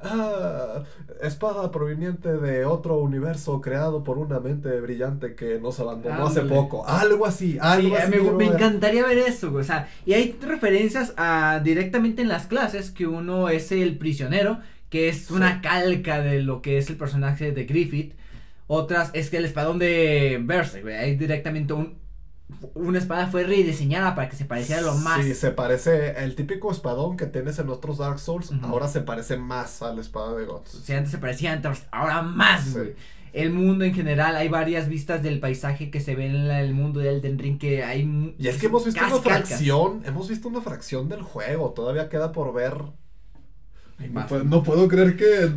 espada proveniente de otro universo creado por una mente brillante que nos abandonó hace poco. Algo así, algo así.
Me encantaría ver eso, güey. O sea, y hay referencias directamente en las clases que uno es el prisionero, que es una calca de lo que es el personaje de Griffith. Otras es que el espadón de Berserk, güey. Hay directamente una espada fue rediseñada para que se pareciera lo más.
Sí, se parece, el típico espadón que tienes en otros Dark Souls, ahora se parece más a la espada de Guts.
Sí, antes se parecía, ahora más, güey. El mundo en general, hay varias vistas del paisaje que se ven en el mundo de Elden Ring que hay.
Y es que hemos visto una fracción del juego, todavía queda por ver. No puedo creer que en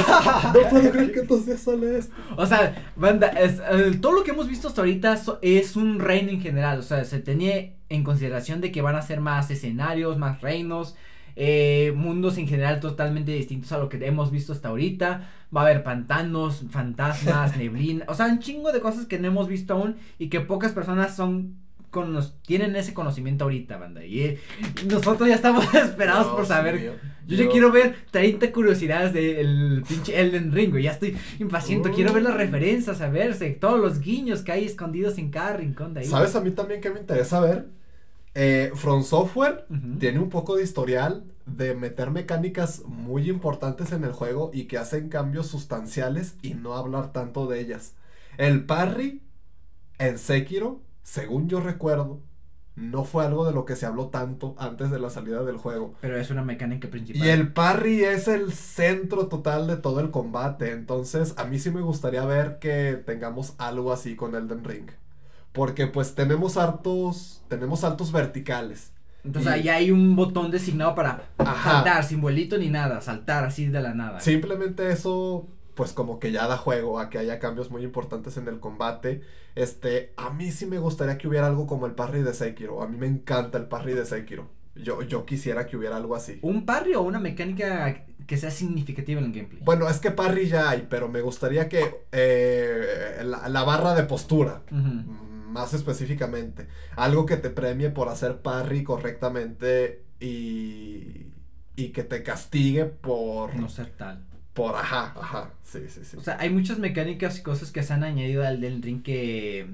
2 días sale esto.
O sea, banda, todo lo que hemos visto hasta ahorita es un reino en general. O sea, se tenía en consideración de que van a ser más escenarios, más reinos, mundos en general totalmente distintos a lo que hemos visto hasta ahorita. Va a haber pantanos, fantasmas, neblina. O sea, un chingo de cosas que no hemos visto aún y que pocas personas tienen ese conocimiento ahorita, banda. Y nosotros ya estamos esperados por saber. Yo ya quiero ver 30 curiosidades del pinche Elden Ring, güey. Ya estoy impaciente. Quiero ver las referencias, a verse, todos los guiños que hay escondidos en cada rincón de ahí.
¿Sabes a mí también que me interesa ver? From Software tiene un poco de historial de meter mecánicas muy importantes en el juego y que hacen cambios sustanciales y no hablar tanto de ellas. El parry en Sekiro, según yo recuerdo, no fue algo de lo que se habló tanto antes de la salida del juego.
Pero es una mecánica principal.
Y el parry es el centro total de todo el combate. Entonces, a mí sí me gustaría ver que tengamos algo así con Elden Ring. Porque pues tenemos saltos verticales.
Entonces ahí hay un botón designado para saltar, sin vuelito ni nada, saltar así de la nada.
Simplemente eso, pues como que ya da juego a que haya cambios muy importantes en el combate. A mí sí me gustaría que hubiera algo como el parry de Sekiro. A mí me encanta el parry de Sekiro. Yo quisiera que hubiera algo así.
¿Un parry o una mecánica que sea significativa en el gameplay?
Bueno, es que parry ya hay, pero me gustaría que la barra de postura. más específicamente, algo que te premie por hacer parry correctamente y que te castigue por
no ser tal.
Sí.
O sea, hay muchas mecánicas y cosas que se han añadido al del ring que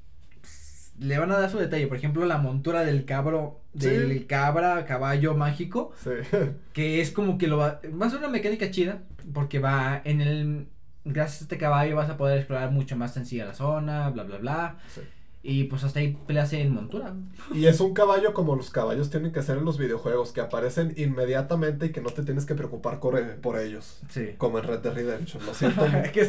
le van a dar su detalle. Por ejemplo, la montura del caballo mágico.
Sí.
Que es como que va a ser una mecánica chida. Porque gracias a este caballo vas a poder explorar mucho más sencilla la zona, bla, bla, bla.
Sí.
Y pues hasta ahí peleas en montura.
Y es un caballo como los caballos tienen que ser en los videojuegos, que aparecen inmediatamente y que no te tienes que preocupar por ellos.
Sí.
Como en Red Dead Redemption. Lo siento,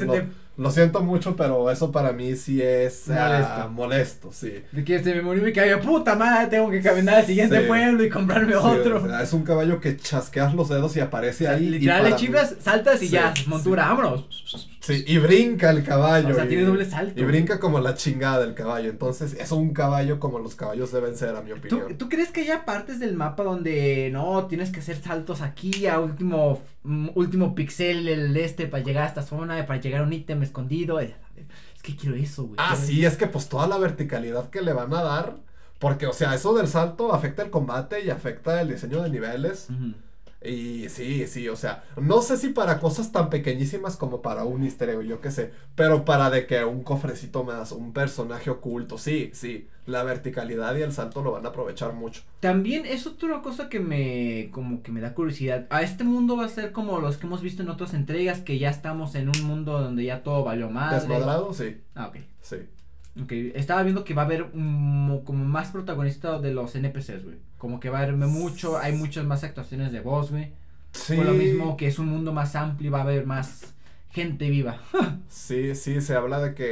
lo siento mucho, pero eso para mí sí es molesto, sí.
De que se me murió mi caballo, puta madre, tengo que caminar al siguiente pueblo y comprarme otro.
O sea, es un caballo que chasqueas los dedos y aparece ahí.
Literal, le chiflas, saltas y ya, montura, vámonos.
Sí, y brinca el caballo.
O sea, tiene doble salto.
Y brinca como la chingada del caballo. Entonces, es un caballo como los caballos deben ser, a mi opinión.
¿Tú crees que haya partes del mapa donde no tienes que hacer saltos aquí a último pixel para llegar a esta zona, para llegar a un ítem escondido? Es que quiero eso, güey.
Sí, es que pues toda la verticalidad que le van a dar. Porque, o sea, eso del salto afecta el combate y afecta el diseño de niveles. Uh-huh. Y sí, o sea, no sé si para cosas tan pequeñísimas como para un easter egg, yo qué sé, pero para de que un cofrecito más, un personaje oculto, sí, la verticalidad y el salto lo van a aprovechar mucho.
También es otra cosa que me da curiosidad. A este mundo va a ser como los que hemos visto en otras entregas, que ya estamos en un mundo donde ya todo valió madre.
¿Desmadrado? Sí.
Ok.
Sí.
Ok, estaba viendo que va a haber como más protagonista de los NPCs, güey. Como que va a haber hay muchas más actuaciones de voz, güey.
Sí.
Por lo mismo que es un mundo más amplio, va a haber más gente viva.
Sí, se habla de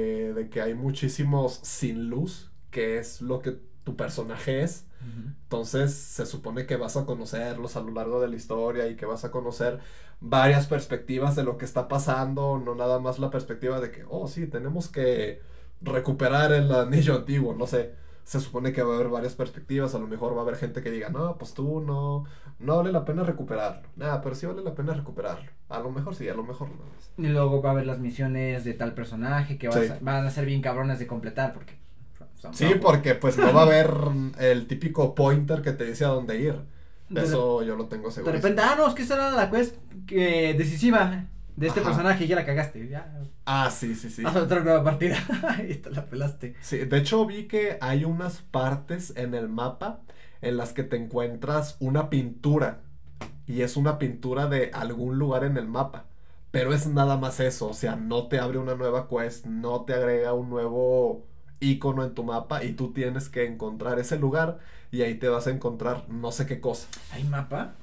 que hay muchísimos sin luz, que es lo que tu personaje es. Uh-huh. Entonces se supone que vas a conocerlos a lo largo de la historia y que vas a conocer varias perspectivas de lo que está pasando, no nada más la perspectiva de que, sí, tenemos que recuperar el anillo antiguo, no sé. Se supone que va a haber varias perspectivas, a lo mejor va a haber gente que diga, no, pues tú no vale la pena recuperarlo. Pero sí vale la pena recuperarlo. A lo mejor sí, a lo mejor no.
Y luego va a haber las misiones de tal personaje que van a ser bien cabrones de completar, porque...
porque pues no va a haber el típico pointer que te dice a dónde ir. Eso yo lo tengo seguro.
De repente, es que esa era la quest decisiva de este personaje y ya la cagaste.
Sí.
Vamos a otra nueva partida. Y te la pelaste.
Sí, de hecho vi que hay unas partes en el mapa en las que te encuentras una pintura. Y es una pintura de algún lugar en el mapa. Pero es nada más eso. O sea, no te abre una nueva quest, no te agrega un nuevo icono en tu mapa. Y tú tienes que encontrar ese lugar. Y ahí te vas a encontrar no sé qué cosa.
¿Hay mapa?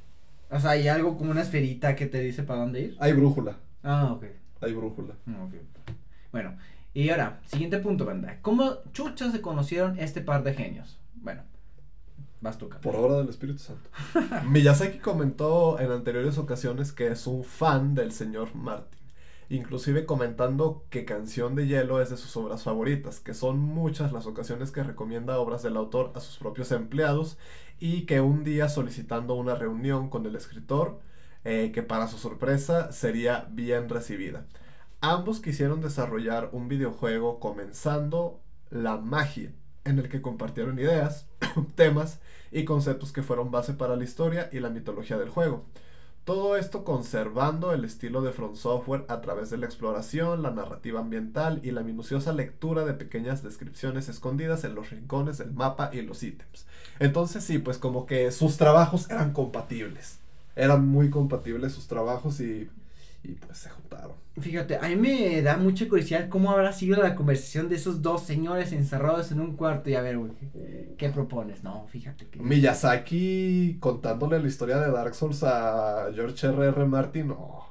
O sea, ¿hay algo como una esferita que te dice para dónde ir?
Hay brújula.
Ok.
Hay brújula.
Okay. Bueno, y ahora, siguiente punto, banda. ¿Cómo chuchas se conocieron este par de genios? Bueno, vas tú,
Por obra del Espíritu Santo. Miyazaki comentó en anteriores ocasiones que es un fan del señor Martin. Inclusive comentando que Canción de Hielo es de sus obras favoritas, que son muchas las ocasiones que recomienda obras del autor a sus propios empleados y que un día solicitando una reunión con el escritor, que para su sorpresa sería bien recibida. Ambos quisieron desarrollar un videojuego comenzando la magia, en el que compartieron ideas, temas y conceptos que fueron base para la historia y la mitología del juego. Todo esto conservando el estilo de From Software a través de la exploración, la narrativa ambiental y la minuciosa lectura de pequeñas descripciones escondidas en los rincones del mapa y los ítems. Entonces sí, pues como que sus trabajos eran compatibles. Eran muy compatibles sus trabajos y pues se juntaron.
Fíjate, a mí me da mucha curiosidad cómo habrá sido la conversación de esos dos señores encerrados en un cuarto y a ver, güey, ¿qué propones? No, fíjate que...
Miyazaki contándole la historia de Dark Souls a George R.R. Martin, no.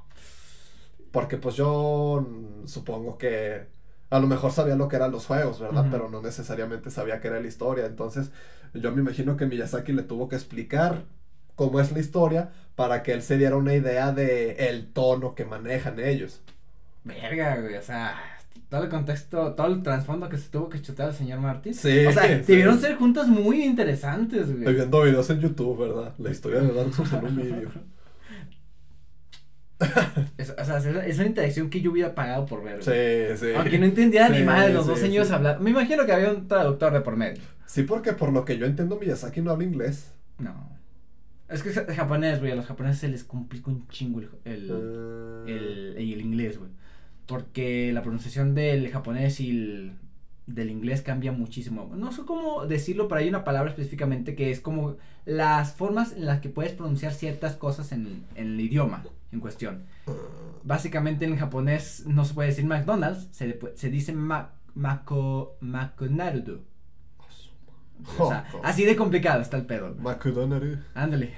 Porque pues yo supongo que a lo mejor sabía lo que eran los juegos, ¿verdad? Uh-huh. Pero no necesariamente sabía que era la historia. Entonces yo me imagino que Miyazaki le tuvo que explicar cómo es la historia para que él se diera una idea de el tono que manejan ellos.
Verga, güey, o sea, todo el contexto, todo el trasfondo que se tuvo que chutar el señor Martín.
Sí.
O sea, debieron ser juntos muy interesantes, güey.
Estoy viendo videos en YouTube, ¿verdad? La historia de Dark Souls en un vídeo.
O sea, es una interacción que yo hubiera pagado por ver.
Sí.
Aunque no entendiera ni más de los dos señores
sí.
hablar. Me imagino que había un traductor de por medio.
Sí, porque por lo que yo entiendo, Miyazaki no habla inglés.
No. Es que es japonés, güey. A los japoneses se les complica un chingo el inglés, güey. Porque la pronunciación del japonés y del inglés cambia muchísimo. No sé cómo decirlo, pero hay una palabra específicamente que es como las formas en las que puedes pronunciar ciertas cosas en el idioma en cuestión. Básicamente en japonés no se puede decir McDonald's, se dice Makonarudo. O sea, así de complicado está el pedo.
McDonald's.
Ándale.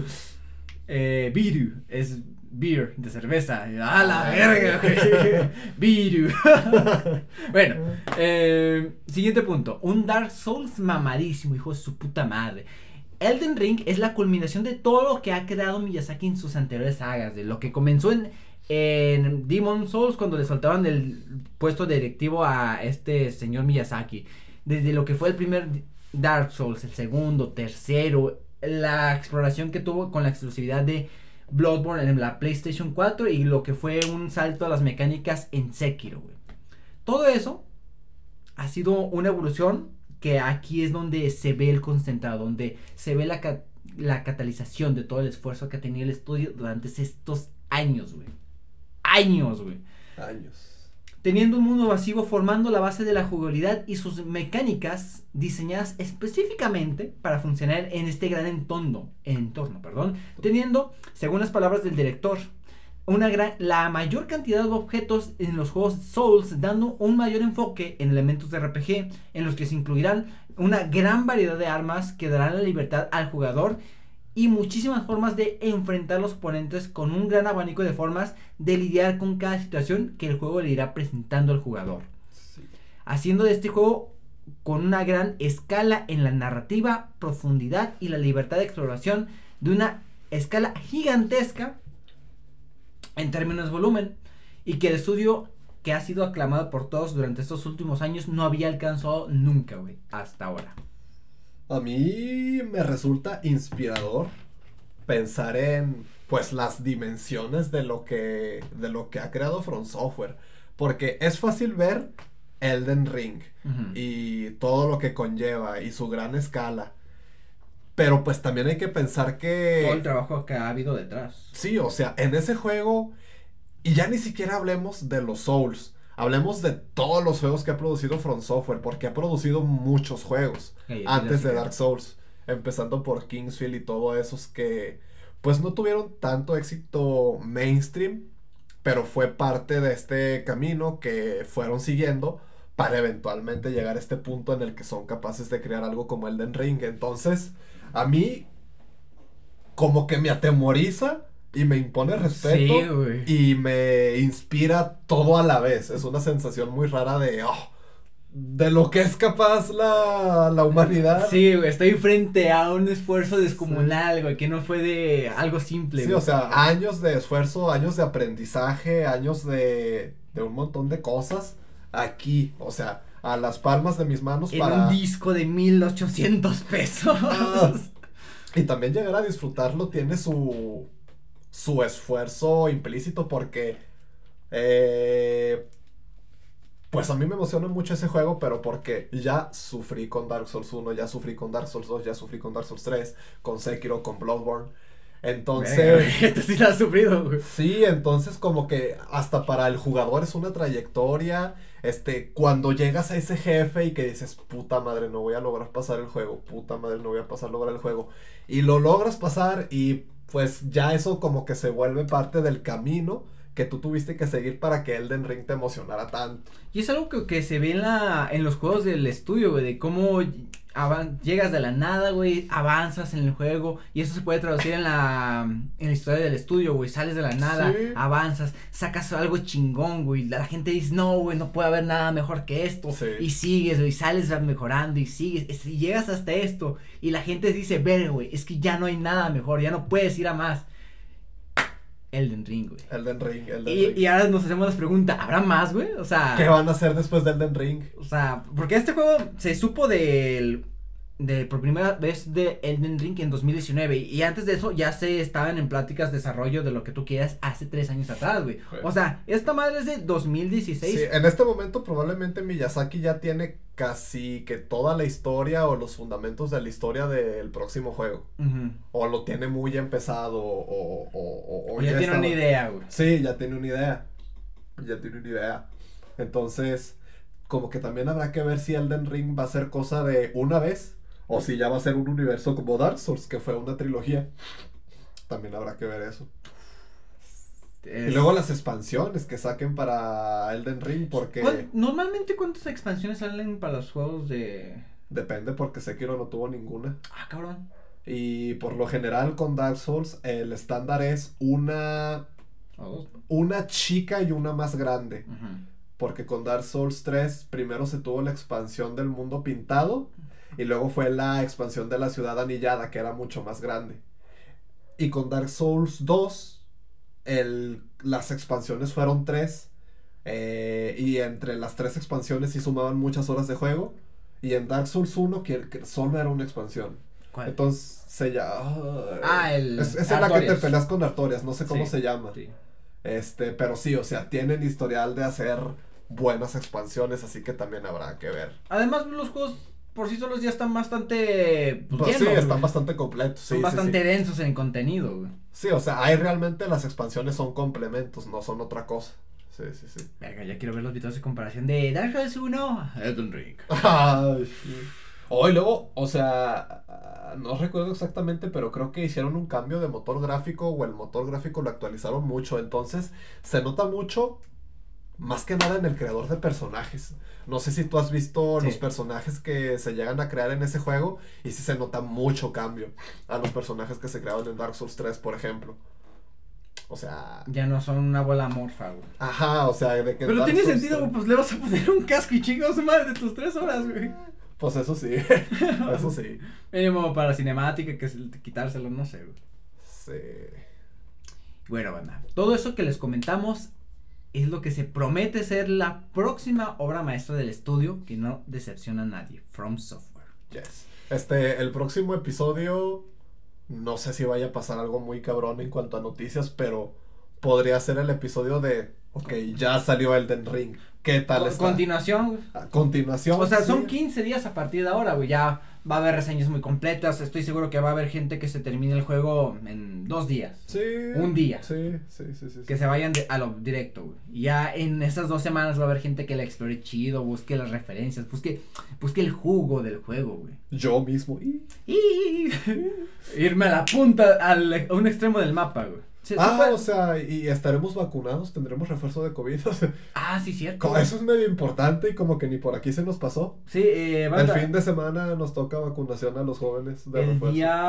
Biru es beer de cerveza. ¡Ah, la verga! Biru. Bueno, siguiente punto. Un Dark Souls mamadísimo, hijo de su puta madre. Elden Ring es la culminación de todo lo que ha creado Miyazaki en sus anteriores sagas. De lo que comenzó en Demon Souls cuando le soltaban el puesto directivo a este señor Miyazaki. Desde lo que fue el primer Dark Souls, el segundo, tercero, la exploración que tuvo con la exclusividad de Bloodborne en la PlayStation 4 y lo que fue un salto a las mecánicas en Sekiro, güey. Todo eso ha sido una evolución que aquí es donde se ve el concentrado, donde se ve la catalización de todo el esfuerzo que ha tenido el estudio durante estos años, güey. Años. Teniendo un mundo masivo formando la base de la jugabilidad y sus mecánicas diseñadas específicamente para funcionar en este gran entorno, teniendo, según las palabras del director, la mayor cantidad de objetos en los juegos Souls, dando un mayor enfoque en elementos de RPG, en los que se incluirán una gran variedad de armas que darán la libertad al jugador y muchísimas formas de enfrentar a los oponentes con un gran abanico de formas de lidiar con cada situación que el juego le irá presentando al jugador. Sí. Haciendo de este juego con una gran escala en la narrativa, profundidad y la libertad de exploración de una escala gigantesca en términos de volumen y que el estudio que ha sido aclamado por todos durante estos últimos años no había alcanzado nunca, güey, hasta ahora.
A mí me resulta inspirador pensar en, pues, las dimensiones de lo que ha creado From Software, porque es fácil ver Elden Ring y todo lo que conlleva y su gran escala, pero pues también hay que pensar que
todo el trabajo que ha habido detrás.
Sí, o sea, en ese juego, y ya ni siquiera hablemos de los Souls, hablemos de todos los juegos que ha producido From Software, porque ha producido muchos juegos antes de Dark Souls, empezando por Kingsfield y todos esos que pues no tuvieron tanto éxito mainstream, pero fue parte de este camino que fueron siguiendo para eventualmente llegar a este punto en el que son capaces de crear algo como Elden Ring. Entonces, a mí como que me atemoriza y me impone respeto, sí, y me inspira todo a la vez. Es una sensación muy rara de lo que es capaz la humanidad.
Sí, güey, estoy frente a un esfuerzo descomunal, güey, que no fue de algo simple.
Sí, güey. O sea, años de esfuerzo, años de aprendizaje, años de un montón de cosas aquí, o sea, a las palmas de mis manos.
En un disco de 1,800 pesos.
Y también llegar a disfrutarlo tiene su esfuerzo implícito porque pues a mí me emociona mucho ese juego, pero porque ya sufrí con Dark Souls 1, ya sufrí con Dark Souls 2, ya sufrí con Dark Souls 3, con Sekiro, con Bloodborne. Entonces,
esto sí lo has sufrido, güey.
Sí, entonces como que hasta para el jugador es una trayectoria. Cuando llegas a ese jefe y que dices, puta madre, no voy a lograr pasar el juego, puta madre, no voy a lograr el juego, y lo logras pasar, y pues ya eso como que se vuelve parte del camino que tú tuviste que seguir para que Elden Ring te emocionara tanto.
Y es algo que se ve en los juegos del estudio, güey, de cómo llegas de la nada, güey, avanzas en el juego, y eso se puede traducir en la historia del estudio, güey, sales de la nada, sí, avanzas, sacas algo chingón, güey, la gente dice, no, güey, no puede haber nada mejor que esto, sí, y sigues, güey, sales mejorando, y sigues, y llegas hasta esto, y la gente dice, ver, güey, es que ya no hay nada mejor, ya no puedes ir a más. Elden Ring, güey.
Elden Ring.
Y ahora nos hacemos la pregunta, ¿habrá más, güey? O sea,
¿qué van a hacer después de Elden Ring?
O sea, porque este juego se supo de por primera vez de Elden Ring en 2019. Y antes de eso ya se estaban en pláticas de desarrollo de lo que tú quieras hace 3 años atrás, güey. O sea, esta madre es de 2016.
Sí, en este momento probablemente Miyazaki ya tiene casi que toda la historia o los fundamentos de la historia del próximo juego. O lo tiene muy empezado o
ya tiene una idea, güey.
Sí, ya tiene una idea. Entonces, como que también habrá que ver si Elden Ring va a ser cosa de una vez o si ya va a ser un universo como Dark Souls, que fue una trilogía. También habrá que ver eso. Y luego las expansiones que saquen para Elden Ring, porque...
Normalmente, ¿cuántas expansiones salen para los juegos de...?
Depende, porque Sekiro no tuvo ninguna.
Ah, cabrón.
Y por lo general con Dark Souls el estándar es una chica y una más grande. Porque con Dark Souls 3 primero se tuvo la expansión del mundo pintado y luego fue la expansión de la ciudad anillada, que era mucho más grande. Y con Dark Souls 2 las expansiones fueron 3 y entre las 3 expansiones sí sumaban muchas horas de juego. Y en Dark Souls 1 que solo era una expansión.
¿Cuál?
Entonces se llama... es
es
en la que te peleas con Artorias, no sé cómo se llama.
Sí.
Pero sí, o sea, tienen historial de hacer buenas expansiones, así que también habrá que ver.
Además, los juegos por sí solos ya están bastante
llenos, sí, están bastante completos.
Son bastante densos en contenido, güey.
Sí, o sea, hay realmente las expansiones son complementos, no son otra cosa. Sí.
Verga, ya quiero ver los videos de comparación de Dark Souls 1 Elden Ring.
Ay, sí. Y luego, o sea, no recuerdo exactamente, pero creo que hicieron un cambio de motor gráfico o el motor gráfico lo actualizaron mucho, entonces se nota mucho, más que nada en el creador de personajes. No sé si tú has visto los personajes que se llegan a crear en ese juego y sí se nota mucho cambio a los personajes que se creaban en Dark Souls 3, por ejemplo. O sea...
ya no son una bola amorfa, güey.
Ajá, o sea, de que...
Pero tiene sentido, güey, pues le vas a poner un casco y chingados madre de tus 3 horas, güey.
Pues eso sí, eso sí.
Mínimo para cinemática, que quitárselo, no sé, güey.
Sí.
Bueno, banda, todo eso que les comentamos es lo que se promete ser la próxima obra maestra del estudio que no decepciona a nadie, From Software.
Yes. El próximo episodio, no sé si vaya a pasar algo muy cabrón en cuanto a noticias, pero podría ser el episodio de, ya salió Elden Ring. ¿Qué tal está?
Continuación.
Continuación.
O sea, son 15 días a partir de ahora, güey. Ya va a haber reseñas muy completas. Estoy seguro que va a haber gente que se termine el juego en 2 días.
Sí.
Un día.
Sí.
Que se vayan a lo directo, güey. Y ya en esas 2 semanas va a haber gente que la explore chido, busque las referencias, busque el jugo del juego, güey.
Yo mismo.
Irme a la punta, a un extremo del mapa, güey.
O sea, y estaremos vacunados, tendremos refuerzo de COVID. O sea,
sí, cierto.
Eso es medio importante y como que ni por aquí se nos pasó.
Sí,
el fin de semana nos toca vacunación a los jóvenes de refuerzo.
El día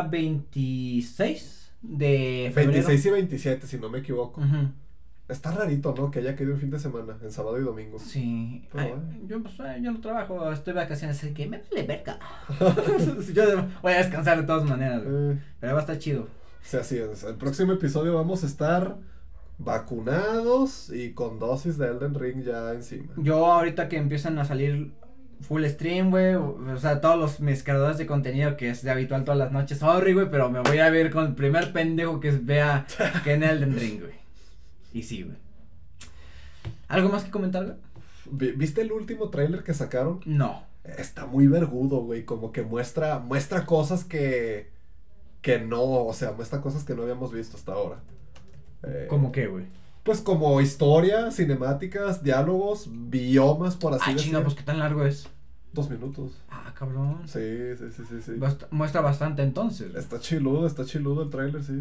26 de febrero.
26 y 27, si no me equivoco. Está rarito, ¿no? Que haya caído un fin de semana, en sábado y domingo.
Sí. Yo no trabajo, estoy de vacaciones, así que me vale verga. Yo voy a descansar de todas maneras, pero va a estar chido.
O sea, así es. El próximo episodio vamos a estar vacunados y con dosis de Elden Ring ya encima.
Yo ahorita que empiezan a salir full stream, güey, o sea, todos mis creadores de contenido que es de habitual todas las noches, sorry, güey, pero me voy a ver con el primer pendejo que vea que en Elden Ring, güey. Y sí, güey. ¿Algo más que comentar, güey?
¿Viste el último tráiler que sacaron?
No.
Está muy vergudo, güey, como que muestra cosas que no, o sea, muestra cosas que no habíamos visto hasta ahora.
¿Cómo qué, güey?
Pues como historia, cinemáticas, diálogos, biomas, por así decirlo.
Pues ¿qué tan largo es?
2 minutos.
Cabrón.
Sí.
Muestra bastante entonces.
Está chiludo el tráiler, sí.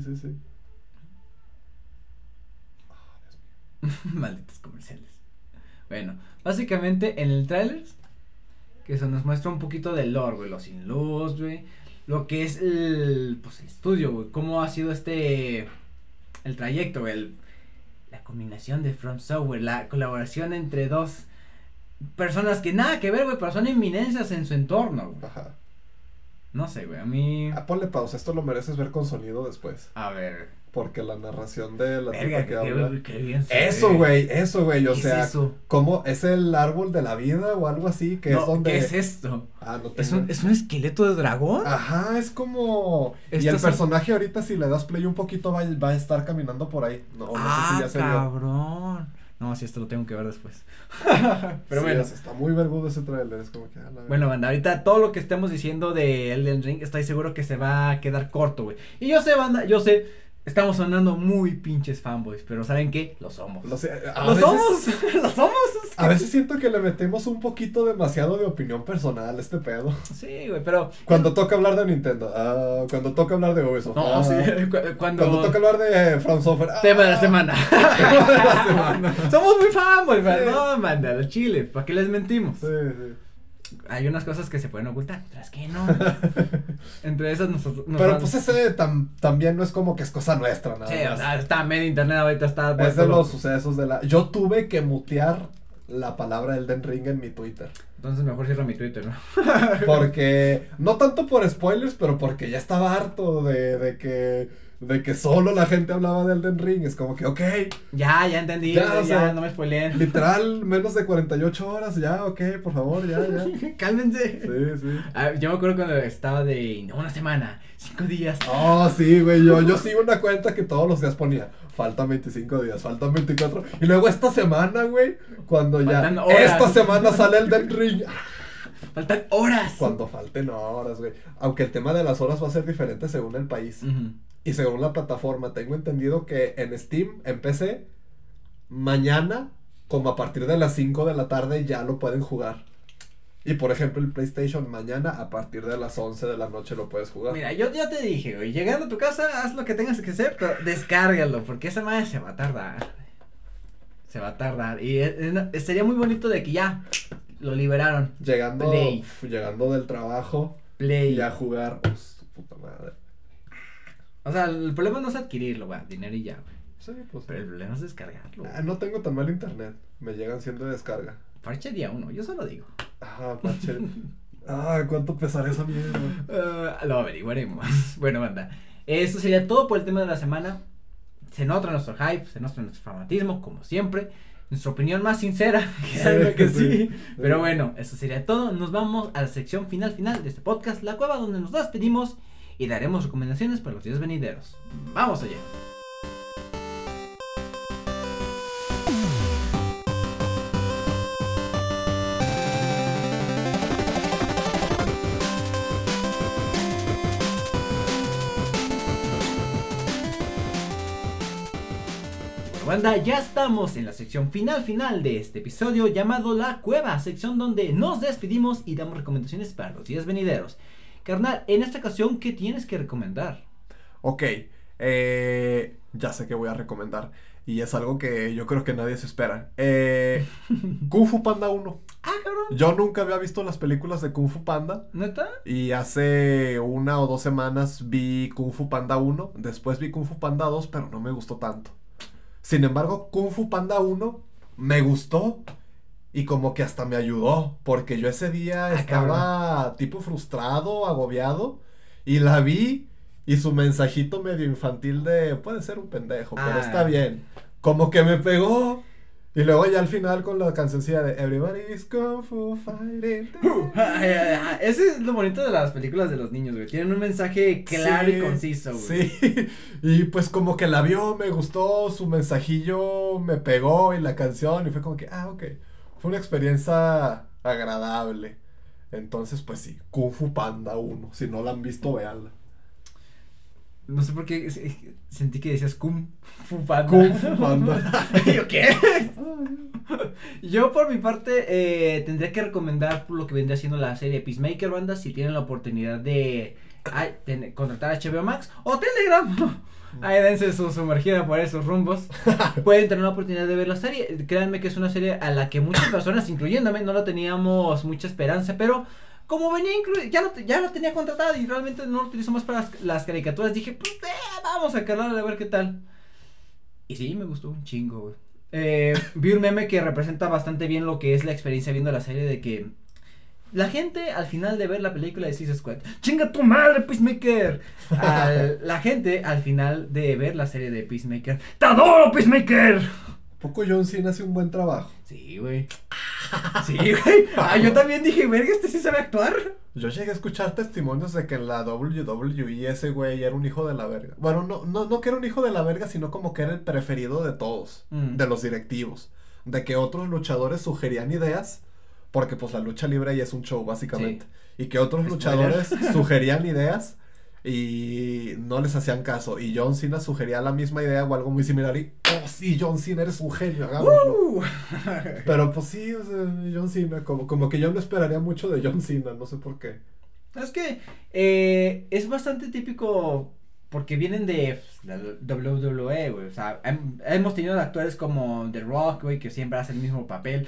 Malditos comerciales. Bueno, básicamente en el tráiler que se nos muestra un poquito del lore, güey, los sin luz, güey. Lo que es el estudio, güey, cómo ha sido el trayecto, güey, la combinación de From Software, la colaboración entre 2 personas que nada que ver, güey, pero son eminencias en su entorno, güey.
Ajá.
No sé, güey, a mí...
Ponle pausa, esto lo mereces ver con sonido después.
A ver,
porque la narración de la
Verga,
tipa que habla.
qué bien
Eso, güey, o
¿Qué
sea,
es eso?
¿cómo es el árbol de la vida o algo así? Que
No,
es donde.
¿qué es esto?
No
¿Es un esqueleto de dragón?
Ajá, es como. Y el personaje ahorita, si le das play un poquito, va a estar caminando por ahí. No sé si ya se vio.
Cabrón. No, si esto lo tengo que ver después. Pero
sí,
bueno.
Está muy vergudo ese trailer, es como que.
Bueno, banda, ahorita todo lo que estemos diciendo de Elden Ring, estoy seguro que se va a quedar corto, güey. Y yo sé, banda, estamos sonando muy pinches fanboys, pero ¿saben qué? Lo somos.
Lo
somos.
A veces siento que le metemos un poquito demasiado de opinión personal a este pedo.
Sí, güey, pero.
Cuando toca hablar de Nintendo, cuando toca hablar de Ubisoft.
No, sí,
cuando toca hablar de From Software.
Tema de la semana.
Tema de la semana.
Somos muy fanboys, güey.
Sí.
No, manda, los chiles, ¿para qué les mentimos?
Sí.
Hay unas cosas que se pueden ocultar, otras que no. Entre esas
Pero pues ese también no es como que es cosa nuestra, nada
sí,
más.
O sea, está medio internet ahorita, está.
Es de los sucesos de la. Yo tuve que mutear la palabra Elden Ring en mi Twitter.
Entonces mejor cierro mi Twitter, ¿no?
Porque, no tanto por spoilers, pero porque ya estaba harto de que solo la gente hablaba de Elden Ring. Es como que, ok.
Ya entendí, ya no me spoileen.
Literal, menos de 48 horas, ya, ok, por favor, ya.
Cálmense.
Sí.
Yo me acuerdo cuando estaba de una semana, 5 días.
Oh, sí, güey, yo sigo una cuenta que todos los días ponía, faltan 25 días, faltan 24, y luego esta semana, güey, cuando
faltan
ya,
horas.
esta semana sale el Elden Ring.
Faltan horas.
Cuando falten horas, güey, aunque el tema de las horas va a ser diferente según el país, y según la plataforma. Tengo entendido que en Steam, en PC, mañana, como a partir de las 5 de la tarde, ya lo pueden jugar. Y por ejemplo, el PlayStation mañana a partir de las 11 de la noche lo puedes jugar.
Mira, yo ya te dije, güey, llegando a tu casa, haz lo que tengas que hacer, pero descárgalo, porque esa madre se va a tardar. Se va a tardar. Y sería muy bonito de que ya lo liberaron.
Llegando del trabajo.
Play.
Y a jugar. Su puta madre.
O sea, el problema no es adquirirlo, güey, dinero y ya, güey.
Sí, pues.
Pero el problema es descargarlo.
No tengo tan mal internet. Me llegan siendo de descarga.
Parche día 1, yo solo digo.
Parche. ¿Cuánto pesará esa mierda?
Lo averiguaremos. Bueno, banda. Esto sería todo por el tema de la semana. Se nota nuestro hype, se nota nuestro fanatismo, como siempre. Nuestra opinión más sincera, que sí. Pero bueno, eso sería todo. Nos vamos a la sección final de este podcast, La Cueva, donde nos despedimos y daremos recomendaciones para los días venideros. ¡Vamos allá! Banda, ya estamos en la sección final de este episodio llamado La Cueva, sección donde nos despedimos y damos recomendaciones para los días venideros. Carnal, en esta ocasión, ¿qué tienes que recomendar?
Ok, ya sé que voy a recomendar y es algo que yo creo que nadie se espera. Kung Fu Panda 1.
Cabrón.
Yo nunca había visto las películas de Kung Fu Panda.
¿Neta?
Y hace 1 o 2 semanas vi Kung Fu Panda 1, después vi Kung Fu Panda 2, pero no me gustó tanto. Sin embargo, Kung Fu Panda 1 me gustó y como que hasta me ayudó, porque yo ese día estaba tipo frustrado, agobiado, y la vi y su mensajito medio infantil de puede ser un pendejo, pero está bien, como que me pegó. Y luego ya al final con la cancioncilla de Everybody's Kung Fu Fighting.
Ese es lo bonito de las películas de los niños, güey. Tienen un mensaje claro y conciso, güey.
Sí, y pues como que la vio, me gustó, su mensajillo me pegó y la canción y fue como que, ok. Fue una experiencia agradable. Entonces, pues sí, Kung Fu Panda 1. Si no la han visto, véanla.
No sé por qué sentí que decías Kung Fu Panda.
Kung Fu Panda.
¿Yo qué? Yo por mi parte tendría que recomendar lo que vendría siendo la serie Peacemaker, banda, si tienen la oportunidad de contratar a HBO Max o Telegram. Ahí dense su sumergida por esos rumbos. Pueden tener la oportunidad de ver la serie. Créanme que es una serie a la que muchas personas, incluyéndome, no la teníamos mucha esperanza, pero como venía ya la tenía contratada y realmente no lo utilizo más para las caricaturas, dije, pues vamos a calarle a ver qué tal. Y sí, me gustó un chingo, güey. Vi un meme que representa bastante bien lo que es la experiencia viendo la serie, de que la gente al final de ver la película de Suicide Squad, ¡chinga tu madre, Peacemaker! La gente al final de ver la serie de Peacemaker, ¡te adoro, Peacemaker!
¿Poco John Cena hace un buen trabajo?
Sí, güey. Sí, güey. Yo también dije, verga, ¿este sí sabe actuar?
Yo llegué a escuchar testimonios de que en la WWE ese güey era un hijo de la verga. Bueno, no que era un hijo de la verga, sino como que era el preferido de todos, de los directivos. De que otros luchadores sugerían ideas, porque pues la lucha libre ya es un show básicamente. Sí. Y que otros luchadores sugerían ideas y no les hacían caso. Y John Cena sugería la misma idea o algo muy similar y, oh sí, John Cena eres un genio, hagámoslo. Pero pues sí, o sea, John Cena, como que yo no esperaría mucho de John Cena, no sé por qué.
Es que es bastante típico porque vienen de la WWE, güey. O sea, hemos tenido actores como The Rock, güey, que siempre hace el mismo papel.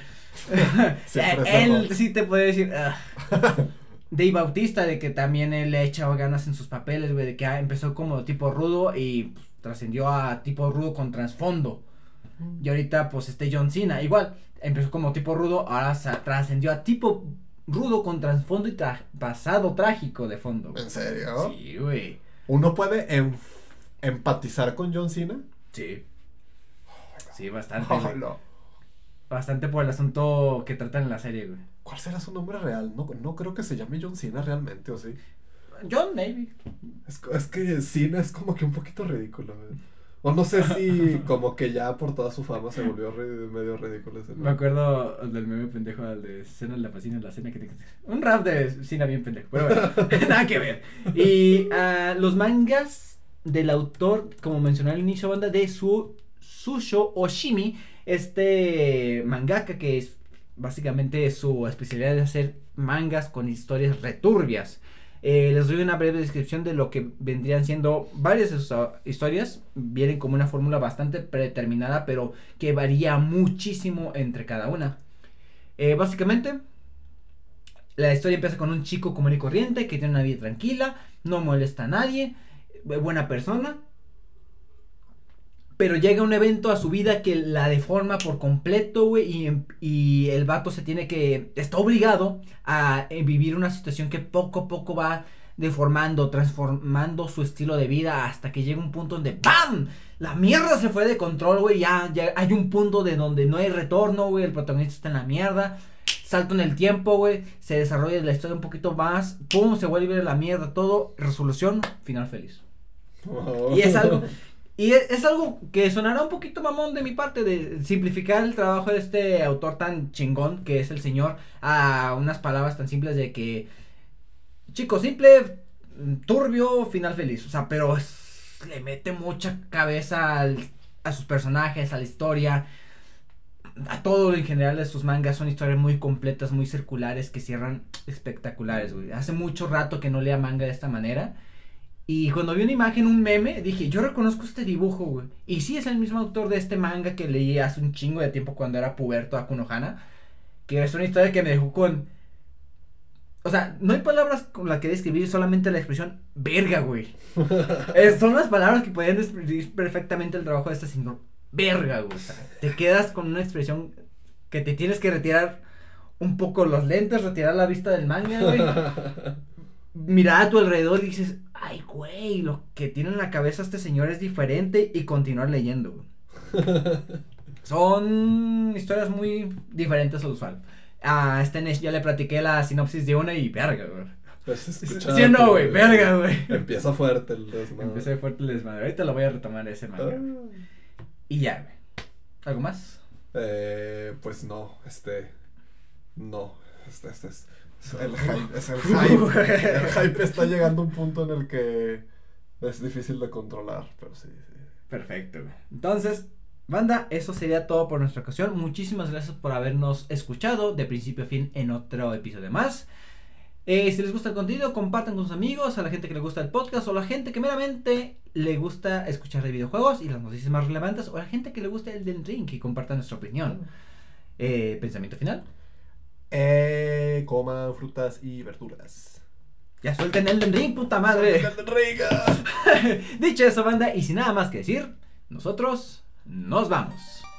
Él sí te puede decir... Dave Bautista, de que también él le ha echado ganas en sus papeles, güey, de que empezó como tipo rudo y pues, trascendió a tipo rudo con trasfondo. Y ahorita, pues, John Cena, igual, empezó como tipo rudo, ahora trascendió a tipo rudo con trasfondo y pasado trágico de fondo.
¿En serio?
Sí, güey.
¿Uno puede empatizar con John Cena?
Sí. Sí, bastante, güey. Bastante por el asunto que tratan en la serie, güey.
¿Cuál será su nombre real? No creo que se llame John Cena realmente, ¿o sí?
John, maybe.
Es que Cena es como que un poquito ridículo, güey. O no sé si como que ya por toda su fama se volvió medio ridículo ese, ¿no?
Me acuerdo del meme pendejo, al de Cena la fascina, la cena que te... Un rap de Cena bien pendejo, pero bueno, nada que ver. Y los mangas del autor, como mencioné al inicio, banda, de Susho Oshimi, mangaka que es básicamente su especialidad de hacer mangas con historias returbias. Les doy una breve descripción de lo que vendrían siendo varias de sus historias. Vienen como una fórmula bastante predeterminada, pero que varía muchísimo entre cada una. Básicamente, la historia empieza con un chico común y corriente que tiene una vida tranquila, no molesta a nadie, buena persona. Pero llega un evento a su vida que la deforma por completo, güey, y el vato está obligado a vivir una situación que poco a poco va deformando, transformando su estilo de vida hasta que llega un punto donde ¡bam! La mierda se fue de control, güey, ya hay un punto de donde no hay retorno, güey, el protagonista está en la mierda, salto en el tiempo, güey, se desarrolla la historia un poquito más, pum, se vuelve la mierda todo, resolución, final feliz. Oh. Y es algo que sonará un poquito mamón de mi parte, de simplificar el trabajo de este autor tan chingón que es el señor a unas palabras tan simples de que, chico, simple, turbio, final feliz. O sea, pero le mete mucha cabeza a sus personajes, a la historia, a todo en general de sus mangas. Son historias muy completas, muy circulares, que cierran espectaculares, güey. Hace mucho rato que no lea manga de esta manera. Y cuando vi una imagen, un meme, dije, yo reconozco este dibujo, güey. Y sí, es el mismo autor de este manga que leí hace un chingo de tiempo cuando era puberto, Aku no Hana. Que es una historia que me dejó con... O sea, no hay palabras con las que describir, solamente la expresión verga, güey. Son las palabras que podían describir perfectamente el trabajo de este señor. Verga, güey. O sea, te quedas con una expresión que te tienes que retirar un poco los lentes, retirar la vista del manga, güey. Mirar a tu alrededor y dices, ay, güey, lo que tiene en la cabeza este señor es diferente, y continuar leyendo, güey. Son historias muy diferentes al usual. A Nesh ya le platiqué la sinopsis de una y verga, güey.
Pues
sí o no, güey, verga, güey.
Empieza fuerte el
desmadre. Ahorita lo voy a retomar ese manga. Y ya, güey. ¿Algo más?
Pues no, no, es el hype. El hype está llegando a un punto en el que es difícil de controlar, pero sí.
Perfecto, güey. Entonces, banda, eso sería todo por nuestra ocasión. Muchísimas gracias por habernos escuchado de principio a fin en otro episodio más. Si les gusta el contenido, compartan con sus amigos, a la gente que le gusta el podcast, o a la gente que meramente le gusta escuchar de videojuegos y las noticias más relevantes, o a la gente que le gusta el Elden Ring y compartan nuestra opinión. ¿Pensamiento final?
Coman frutas y verduras.
Ya suelten Elden Ring, puta madre.
Elden Ring.
Dicho eso, banda, y sin nada más que decir, nosotros nos vamos.